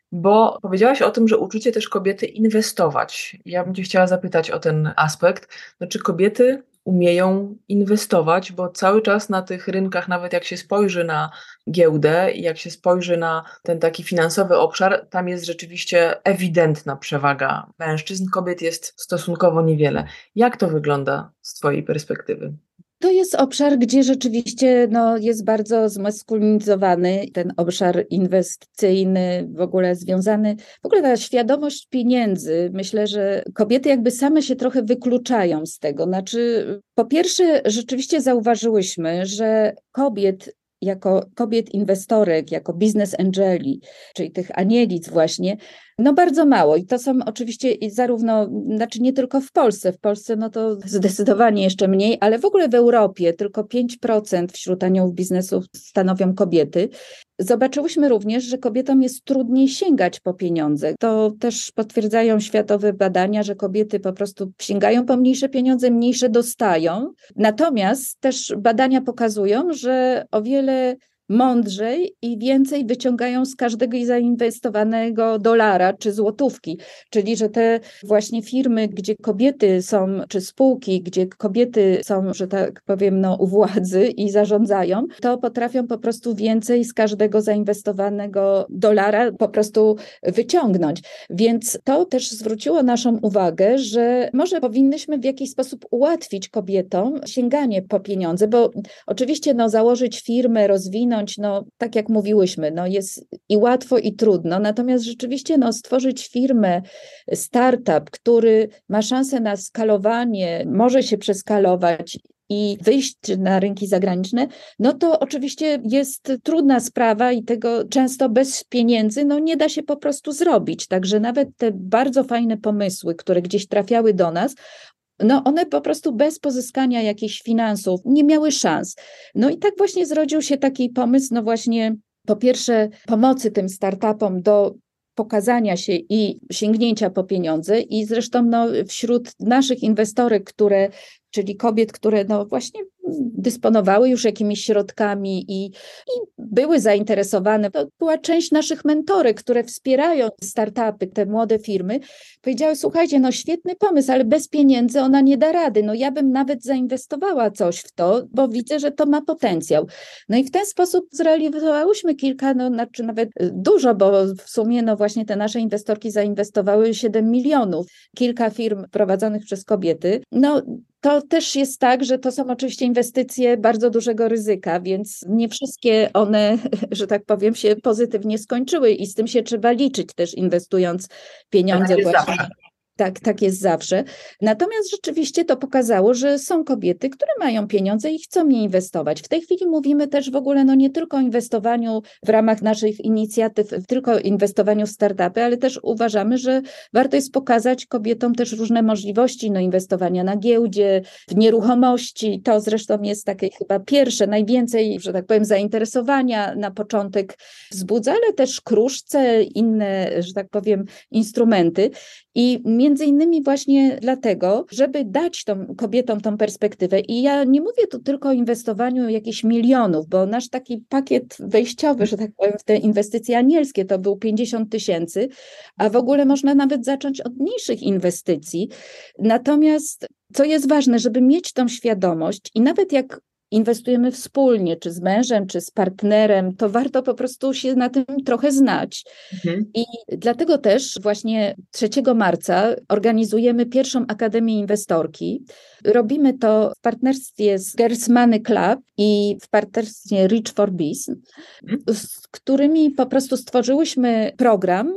bo powiedziałaś o tym, że uczycie też kobiety inwestować. Ja bym Cię chciała zapytać o ten aspekt. No, czy kobiety umieją inwestować, bo cały czas na tych rynkach, nawet jak się spojrzy na giełdę i jak się spojrzy na ten taki finansowy obszar, tam jest rzeczywiście ewidentna przewaga mężczyzn, kobiet jest stosunkowo niewiele. Jak to wygląda z Twojej perspektywy? To jest obszar, gdzie rzeczywiście no, jest bardzo zmaskulinizowany ten obszar inwestycyjny, w ogóle związany, w ogóle ta świadomość pieniędzy. Myślę, że kobiety jakby same się trochę wykluczają z tego. Znaczy, po pierwsze, rzeczywiście zauważyłyśmy, że kobiet jako kobiet inwestorek, jako business angeli, czyli tych anielic właśnie, no bardzo mało. I to są oczywiście zarówno, znaczy nie tylko w Polsce, w Polsce no to zdecydowanie jeszcze mniej, ale w ogóle w Europie tylko pięć procent wśród aniołów biznesu stanowią kobiety. Zobaczyłyśmy również, że kobietom jest trudniej sięgać po pieniądze. To też potwierdzają światowe badania, że kobiety po prostu sięgają po mniejsze pieniądze, mniejsze dostają. Natomiast też badania pokazują, że o wiele mądrzej i więcej wyciągają z każdego zainwestowanego dolara czy złotówki. Czyli, że te właśnie firmy, gdzie kobiety są, czy spółki, gdzie kobiety są, że tak powiem, no, u władzy i zarządzają, to potrafią po prostu więcej z każdego zainwestowanego dolara po prostu wyciągnąć. Więc to też zwróciło naszą uwagę, że może powinnyśmy w jakiś sposób ułatwić kobietom sięganie po pieniądze, bo oczywiście no, założyć firmę, rozwinąć, no tak jak mówiłyśmy, no jest i łatwo i trudno, natomiast rzeczywiście no stworzyć firmę, startup, który ma szansę na skalowanie, może się przeskalować i wyjść na rynki zagraniczne, no to oczywiście jest trudna sprawa i tego często bez pieniędzy no nie da się po prostu zrobić. Także nawet te bardzo fajne pomysły, które gdzieś trafiały do nas, no one po prostu bez pozyskania jakichś finansów nie miały szans. No i tak właśnie zrodził się taki pomysł, no właśnie po pierwsze pomocy tym startupom do pokazania się i sięgnięcia po pieniądze i zresztą no, wśród naszych inwestorek, które, czyli kobiet, które no właśnie dysponowały już jakimiś środkami i, i były zainteresowane. To była część naszych mentorek, które wspierają startupy, te młode firmy. Powiedziały, słuchajcie, no świetny pomysł, ale bez pieniędzy ona nie da rady. No ja bym nawet zainwestowała coś w to, bo widzę, że to ma potencjał. No i w ten sposób zrealizowałyśmy kilka, no znaczy nawet dużo, bo w sumie no właśnie te nasze inwestorki zainwestowały siedem milionów. Kilka firm prowadzonych przez kobiety. No to też jest tak, że to są oczywiście inwestycje bardzo dużego ryzyka, więc nie wszystkie one, że tak powiem, się pozytywnie skończyły i z tym się trzeba liczyć też inwestując pieniądze właśnie. Tak, tak jest zawsze. Natomiast rzeczywiście to pokazało, że są kobiety, które mają pieniądze i chcą je inwestować. W tej chwili mówimy też w ogóle no nie tylko o inwestowaniu w ramach naszych inicjatyw, tylko inwestowaniu w startupy, ale też uważamy, że warto jest pokazać kobietom też różne możliwości no, inwestowania na giełdzie, w nieruchomości. To zresztą jest takie chyba pierwsze, najwięcej, że tak powiem, zainteresowania na początek wzbudza, ale też kruszce, inne, że tak powiem, instrumenty. I między innymi właśnie dlatego, żeby dać tą kobietom tą perspektywę. I ja nie mówię tu tylko o inwestowaniu jakichś milionów, bo nasz taki pakiet wejściowy, że tak powiem, w te inwestycje anielskie to był pięćdziesiąt tysięcy, a w ogóle można nawet zacząć od mniejszych inwestycji. Natomiast co jest ważne, żeby mieć tą świadomość i nawet jak inwestujemy wspólnie, czy z mężem, czy z partnerem, to warto po prostu się na tym trochę znać. Mhm. I dlatego też właśnie trzeciego marca organizujemy pierwszą Akademię Inwestorki. Robimy to w partnerstwie z Girls Money Club i w partnerstwie Rich for Biz, z którymi po prostu stworzyłyśmy program,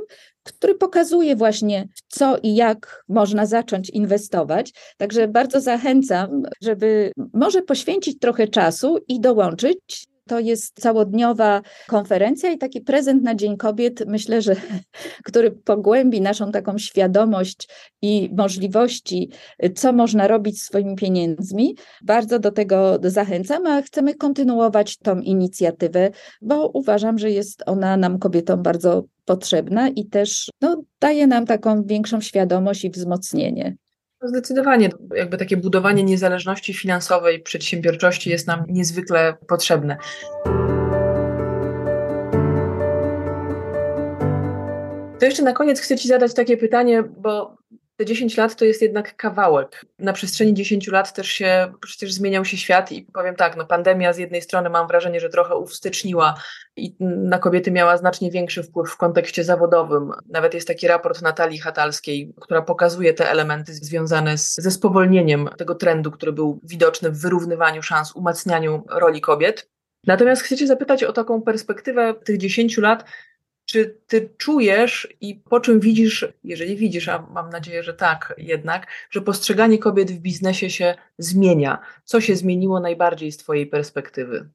który pokazuje właśnie, w co i jak można zacząć inwestować. Także bardzo zachęcam, żeby może poświęcić trochę czasu i dołączyć. To jest całodniowa konferencja i taki prezent na Dzień Kobiet, myślę, że który pogłębi naszą taką świadomość i możliwości, co można robić swoimi pieniędzmi. Bardzo do tego zachęcam, a chcemy kontynuować tą inicjatywę, bo uważam, że jest ona nam, kobietom, bardzo potrzebna i też no, daje nam taką większą świadomość i wzmocnienie. Zdecydowanie, jakby takie budowanie niezależności finansowej, przedsiębiorczości jest nam niezwykle potrzebne. To jeszcze na koniec chcę Ci zadać takie pytanie, bo te dziesięć lat to jest jednak kawałek. Na przestrzeni dziesięciu lat też się, przecież zmieniał się świat i powiem tak, no pandemia z jednej strony mam wrażenie, że trochę uwsteczniła i na kobiety miała znacznie większy wpływ w kontekście zawodowym. Nawet jest taki raport Natalii Hatalskiej, która pokazuje te elementy związane z, ze spowolnieniem tego trendu, który był widoczny w wyrównywaniu szans, umacnianiu roli kobiet. Natomiast chcę Cię zapytać o taką perspektywę tych dziesięciu lat. Czy ty czujesz i po czym widzisz, jeżeli widzisz, a mam nadzieję, że tak jednak, że postrzeganie kobiet w biznesie się zmienia? Co się zmieniło najbardziej z twojej perspektywy?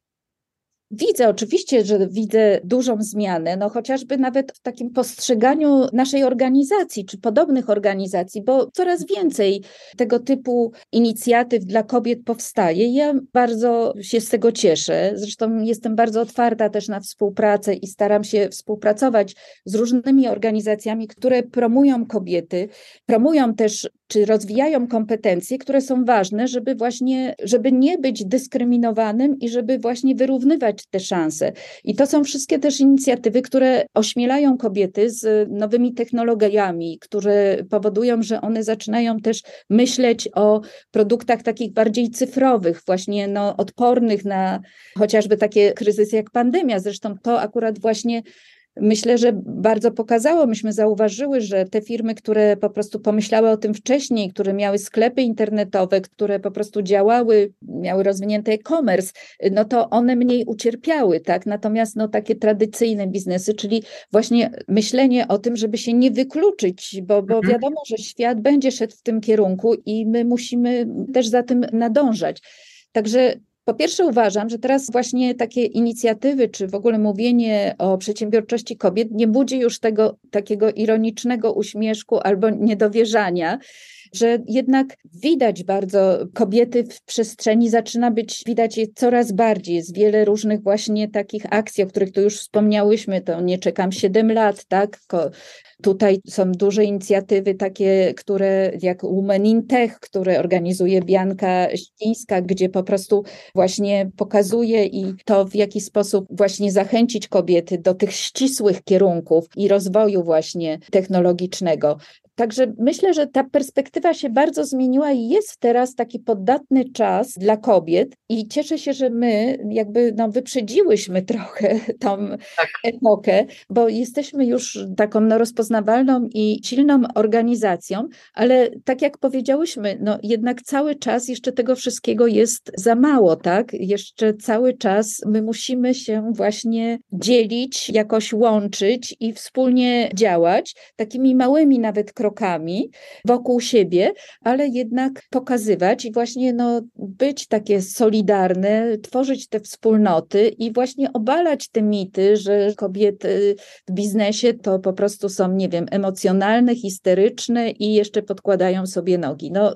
Widzę, oczywiście, że widzę dużą zmianę, no chociażby nawet w takim postrzeganiu naszej organizacji, czy podobnych organizacji, bo coraz więcej tego typu inicjatyw dla kobiet powstaje. Ja bardzo się z tego cieszę. Zresztą jestem bardzo otwarta też na współpracę i staram się współpracować z różnymi organizacjami, które promują kobiety, promują też czy rozwijają kompetencje, które są ważne, żeby właśnie, żeby nie być dyskryminowanym i żeby właśnie wyrównywać te szanse. I to są wszystkie też inicjatywy, które ośmielają kobiety z nowymi technologiami, które powodują, że one zaczynają też myśleć o produktach takich bardziej cyfrowych, właśnie no, odpornych na chociażby takie kryzysy jak pandemia. Zresztą to akurat właśnie myślę, że bardzo pokazało, myśmy zauważyły, że te firmy, które po prostu pomyślały o tym wcześniej, które miały sklepy internetowe, które po prostu działały, miały rozwinięty e-commerce, no to one mniej ucierpiały, tak? Natomiast no takie tradycyjne biznesy, czyli właśnie myślenie o tym, żeby się nie wykluczyć, bo, bo Mhm. wiadomo, że świat będzie szedł w tym kierunku i my musimy też za tym nadążać. Także po pierwsze uważam, że teraz właśnie takie inicjatywy, czy w ogóle mówienie o przedsiębiorczości kobiet nie budzi już tego takiego ironicznego uśmieszku albo niedowierzania, że jednak widać bardzo kobiety w przestrzeni, zaczyna być, widać je coraz bardziej. Jest wiele różnych właśnie takich akcji, o których tu już wspomniałyśmy, to Nie czekam siedem lat, tak? Ko- Tutaj są duże inicjatywy takie, które jak Women in Tech, które organizuje Bianka Ścińska, gdzie po prostu właśnie pokazuje i to, w jaki sposób właśnie zachęcić kobiety do tych ścisłych kierunków i rozwoju właśnie technologicznego. Także myślę, że ta perspektywa się bardzo zmieniła i jest teraz taki podatny czas dla kobiet i cieszę się, że my jakby no, wyprzedziłyśmy trochę tą Tak. epokę, bo jesteśmy już taką no, rozpoznawalną i silną organizacją, ale tak jak powiedziałyśmy, no jednak cały czas jeszcze tego wszystkiego jest za mało, tak? Jeszcze cały czas my musimy się właśnie dzielić, jakoś łączyć i wspólnie działać takimi małymi nawet krokami wokół siebie, ale jednak pokazywać i właśnie no, być takie solidarne, tworzyć te wspólnoty i właśnie obalać te mity, że kobiety w biznesie to po prostu są, nie wiem, emocjonalne, histeryczne i jeszcze podkładają sobie nogi. No,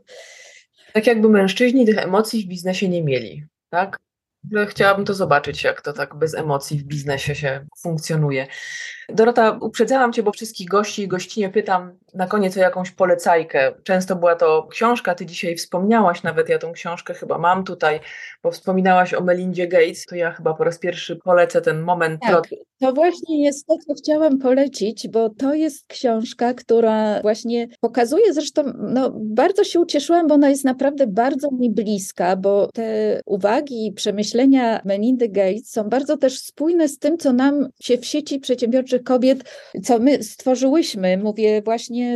Tak jakby mężczyźni tych emocji w biznesie nie mieli, tak? Chciałabym to zobaczyć, jak to tak bez emocji w biznesie się funkcjonuje. Dorota, uprzedzałam Cię, bo wszystkich gości i gościnie pytam na koniec o jakąś polecajkę. Często była to książka, Ty dzisiaj wspomniałaś, nawet ja tą książkę chyba mam tutaj, bo wspominałaś o Melindzie Gates, to ja chyba po raz pierwszy polecę ten moment. tak, to właśnie jest to, co chciałam polecić, bo to jest książka, która właśnie pokazuje, zresztą no, bardzo się ucieszyłam, bo ona jest naprawdę bardzo mi bliska, bo te uwagi i przemyślenia Melindy Gates są bardzo też spójne z tym, co nam się w sieci przedsiębiorczych kobiet, co my stworzyłyśmy. Mówię właśnie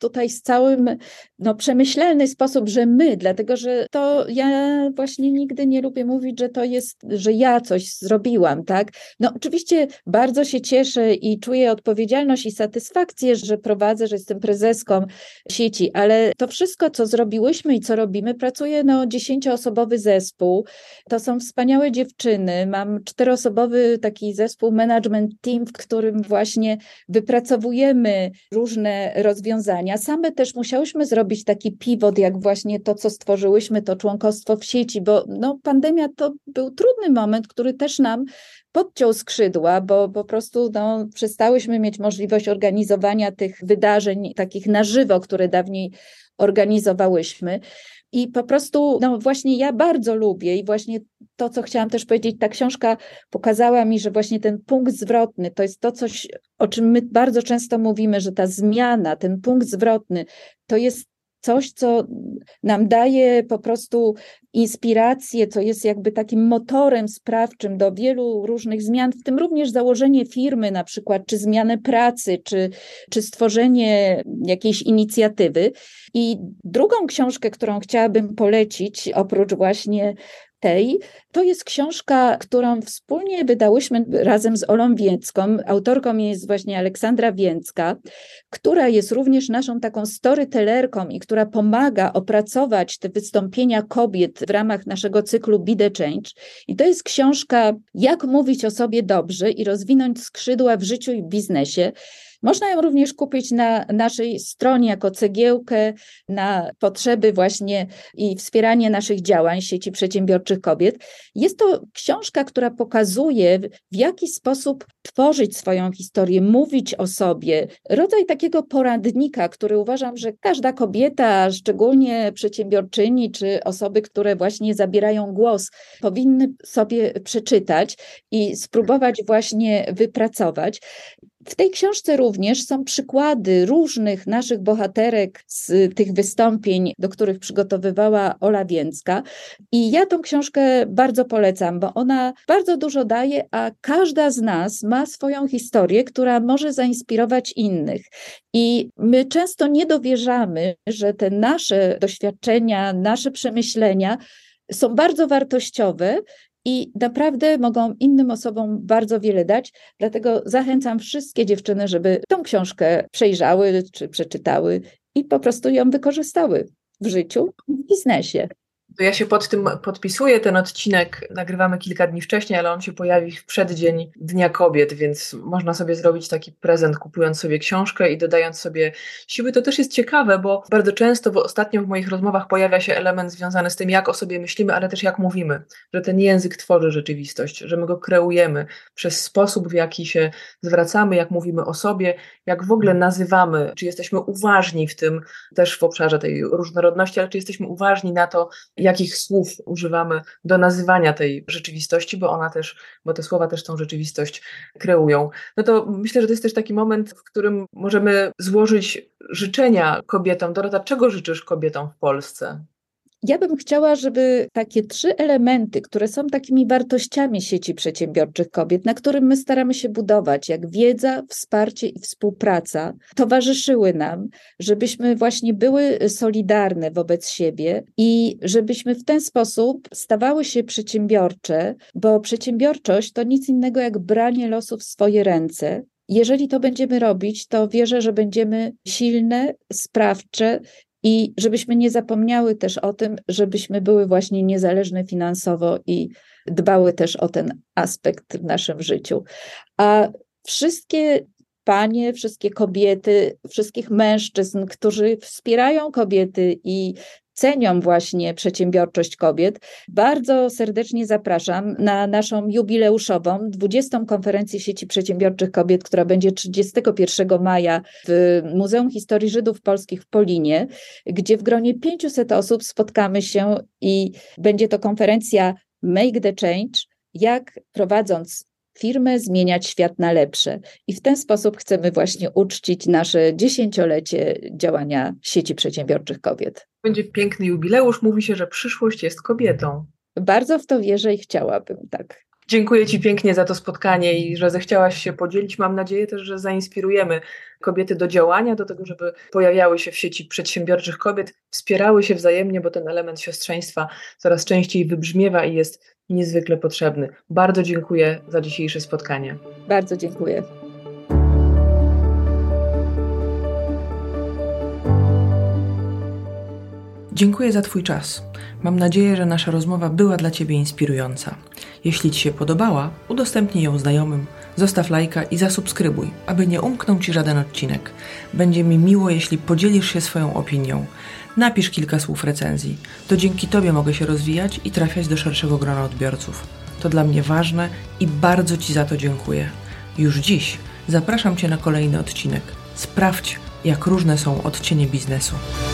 tutaj z całym no, przemyślny sposób, że my, dlatego że to ja właśnie nigdy nie lubię mówić, że to jest, że ja coś zrobiłam, tak? No oczywiście bardzo się cieszę i czuję odpowiedzialność i satysfakcję, że prowadzę, że jestem prezeską sieci, ale to wszystko, co zrobiłyśmy i co robimy, pracuje no dziesięcioosobowy zespół, to są wspaniałe dziewczyny, mam czteroosobowy taki zespół management team, w którym właśnie wypracowujemy różne rozwiązania. Same też musiałyśmy zrobić taki pivot, jak właśnie to, co stworzyłyśmy, to członkostwo w sieci, bo no, pandemia to był trudny moment, który też nam podciął skrzydła, bo po prostu no, przestałyśmy mieć możliwość organizowania tych wydarzeń takich na żywo, które dawniej organizowałyśmy. I po prostu, no właśnie ja bardzo lubię i właśnie to, co chciałam też powiedzieć, ta książka pokazała mi, że właśnie ten punkt zwrotny to jest to coś, o czym my bardzo często mówimy, że ta zmiana, ten punkt zwrotny to jest coś, co nam daje po prostu inspirację, co jest jakby takim motorem sprawczym do wielu różnych zmian, w tym również założenie firmy na przykład, czy zmianę pracy, czy, czy stworzenie jakiejś inicjatywy. I drugą książkę, którą chciałabym polecić, oprócz właśnie tej, to jest książka, którą wspólnie wydałyśmy razem z Olą Więcką. Autorką jest właśnie Aleksandra Więcka, która jest również naszą taką storytellerką i która pomaga opracować te wystąpienia kobiet w ramach naszego cyklu Be the Change. I to jest książka Jak mówić o sobie dobrze i rozwinąć skrzydła w życiu i w biznesie. Można ją również kupić na naszej stronie jako cegiełkę na potrzeby właśnie i wspieranie naszych działań sieci przedsiębiorczych kobiet. Jest to książka, która pokazuje, w jaki sposób tworzyć swoją historię, mówić o sobie. Rodzaj takiego poradnika, który uważam, że każda kobieta, szczególnie przedsiębiorczyni czy osoby, które właśnie zabierają głos, powinny sobie przeczytać i spróbować właśnie wypracować. W tej książce również są przykłady różnych naszych bohaterek z tych wystąpień, do których przygotowywała Ola Więcka. I ja tą książkę bardzo polecam, bo ona bardzo dużo daje, a każda z nas ma swoją historię, która może zainspirować innych. I my często nie dowierzamy, że te nasze doświadczenia, nasze przemyślenia są bardzo wartościowe, i naprawdę mogą innym osobom bardzo wiele dać, dlatego zachęcam wszystkie dziewczyny, żeby tą książkę przejrzały czy przeczytały i po prostu ją wykorzystały w życiu i w biznesie. To ja się pod tym podpisuję, ten odcinek nagrywamy kilka dni wcześniej, ale on się pojawi w przeddzień Dnia Kobiet, więc można sobie zrobić taki prezent, kupując sobie książkę i dodając sobie siły. To też jest ciekawe, bo bardzo często w, ostatnio w moich rozmowach pojawia się element związany z tym, jak o sobie myślimy, ale też jak mówimy, że ten język tworzy rzeczywistość, że my go kreujemy przez sposób, w jaki się zwracamy, jak mówimy o sobie, jak w ogóle nazywamy, czy jesteśmy uważni w tym, też w obszarze tej różnorodności, ale czy jesteśmy uważni na to, jakich słów używamy do nazywania tej rzeczywistości, bo ona też, bo te słowa też tą rzeczywistość kreują. No to myślę, że to jest też taki moment, w którym możemy złożyć życzenia kobietom. Dorota, czego życzysz kobietom w Polsce? Ja bym chciała, żeby takie trzy elementy, które są takimi wartościami sieci przedsiębiorczych kobiet, na którym my staramy się budować, jak wiedza, wsparcie i współpraca, towarzyszyły nam, żebyśmy właśnie były solidarne wobec siebie i żebyśmy w ten sposób stawały się przedsiębiorcze, bo przedsiębiorczość to nic innego jak branie losu w swoje ręce. Jeżeli to będziemy robić, to wierzę, że będziemy silne, sprawcze, i żebyśmy nie zapomniały też o tym, żebyśmy były właśnie niezależne finansowo i dbały też o ten aspekt w naszym życiu. A wszystkie panie, wszystkie kobiety, wszystkich mężczyzn, którzy wspierają kobiety i cenią właśnie przedsiębiorczość kobiet, bardzo serdecznie zapraszam na naszą jubileuszową dwudziestą konferencję sieci przedsiębiorczych kobiet, która będzie trzydziestego pierwszego maja w Muzeum Historii Żydów Polskich w Polinie, gdzie w gronie pięciuset osób spotkamy się i będzie to konferencja Make the Change, jak prowadząc firmę zmieniać świat na lepsze. I w ten sposób chcemy właśnie uczcić nasze dziesięciolecie działania sieci przedsiębiorczych kobiet. Będzie piękny jubileusz. Mówi się, że przyszłość jest kobietą. Bardzo w to wierzę i chciałabym, tak. Dziękuję Ci pięknie za to spotkanie i że zechciałaś się podzielić. Mam nadzieję też, że zainspirujemy kobiety do działania, do tego, żeby pojawiały się w sieci przedsiębiorczych kobiet, wspierały się wzajemnie, bo ten element siostrzeństwa coraz częściej wybrzmiewa i jest niezwykle potrzebny. Bardzo dziękuję za dzisiejsze spotkanie. Bardzo dziękuję. Dziękuję za Twój czas. Mam nadzieję, że nasza rozmowa była dla Ciebie inspirująca. Jeśli Ci się podobała, udostępnij ją znajomym, zostaw lajka i zasubskrybuj, aby nie umknął Ci żaden odcinek. Będzie mi miło, jeśli podzielisz się swoją opinią. Napisz kilka słów recenzji. To dzięki Tobie mogę się rozwijać i trafiać do szerszego grona odbiorców. To dla mnie ważne i bardzo Ci za to dziękuję. Już dziś zapraszam Cię na kolejny odcinek. Sprawdź, jak różne są odcienie biznesu.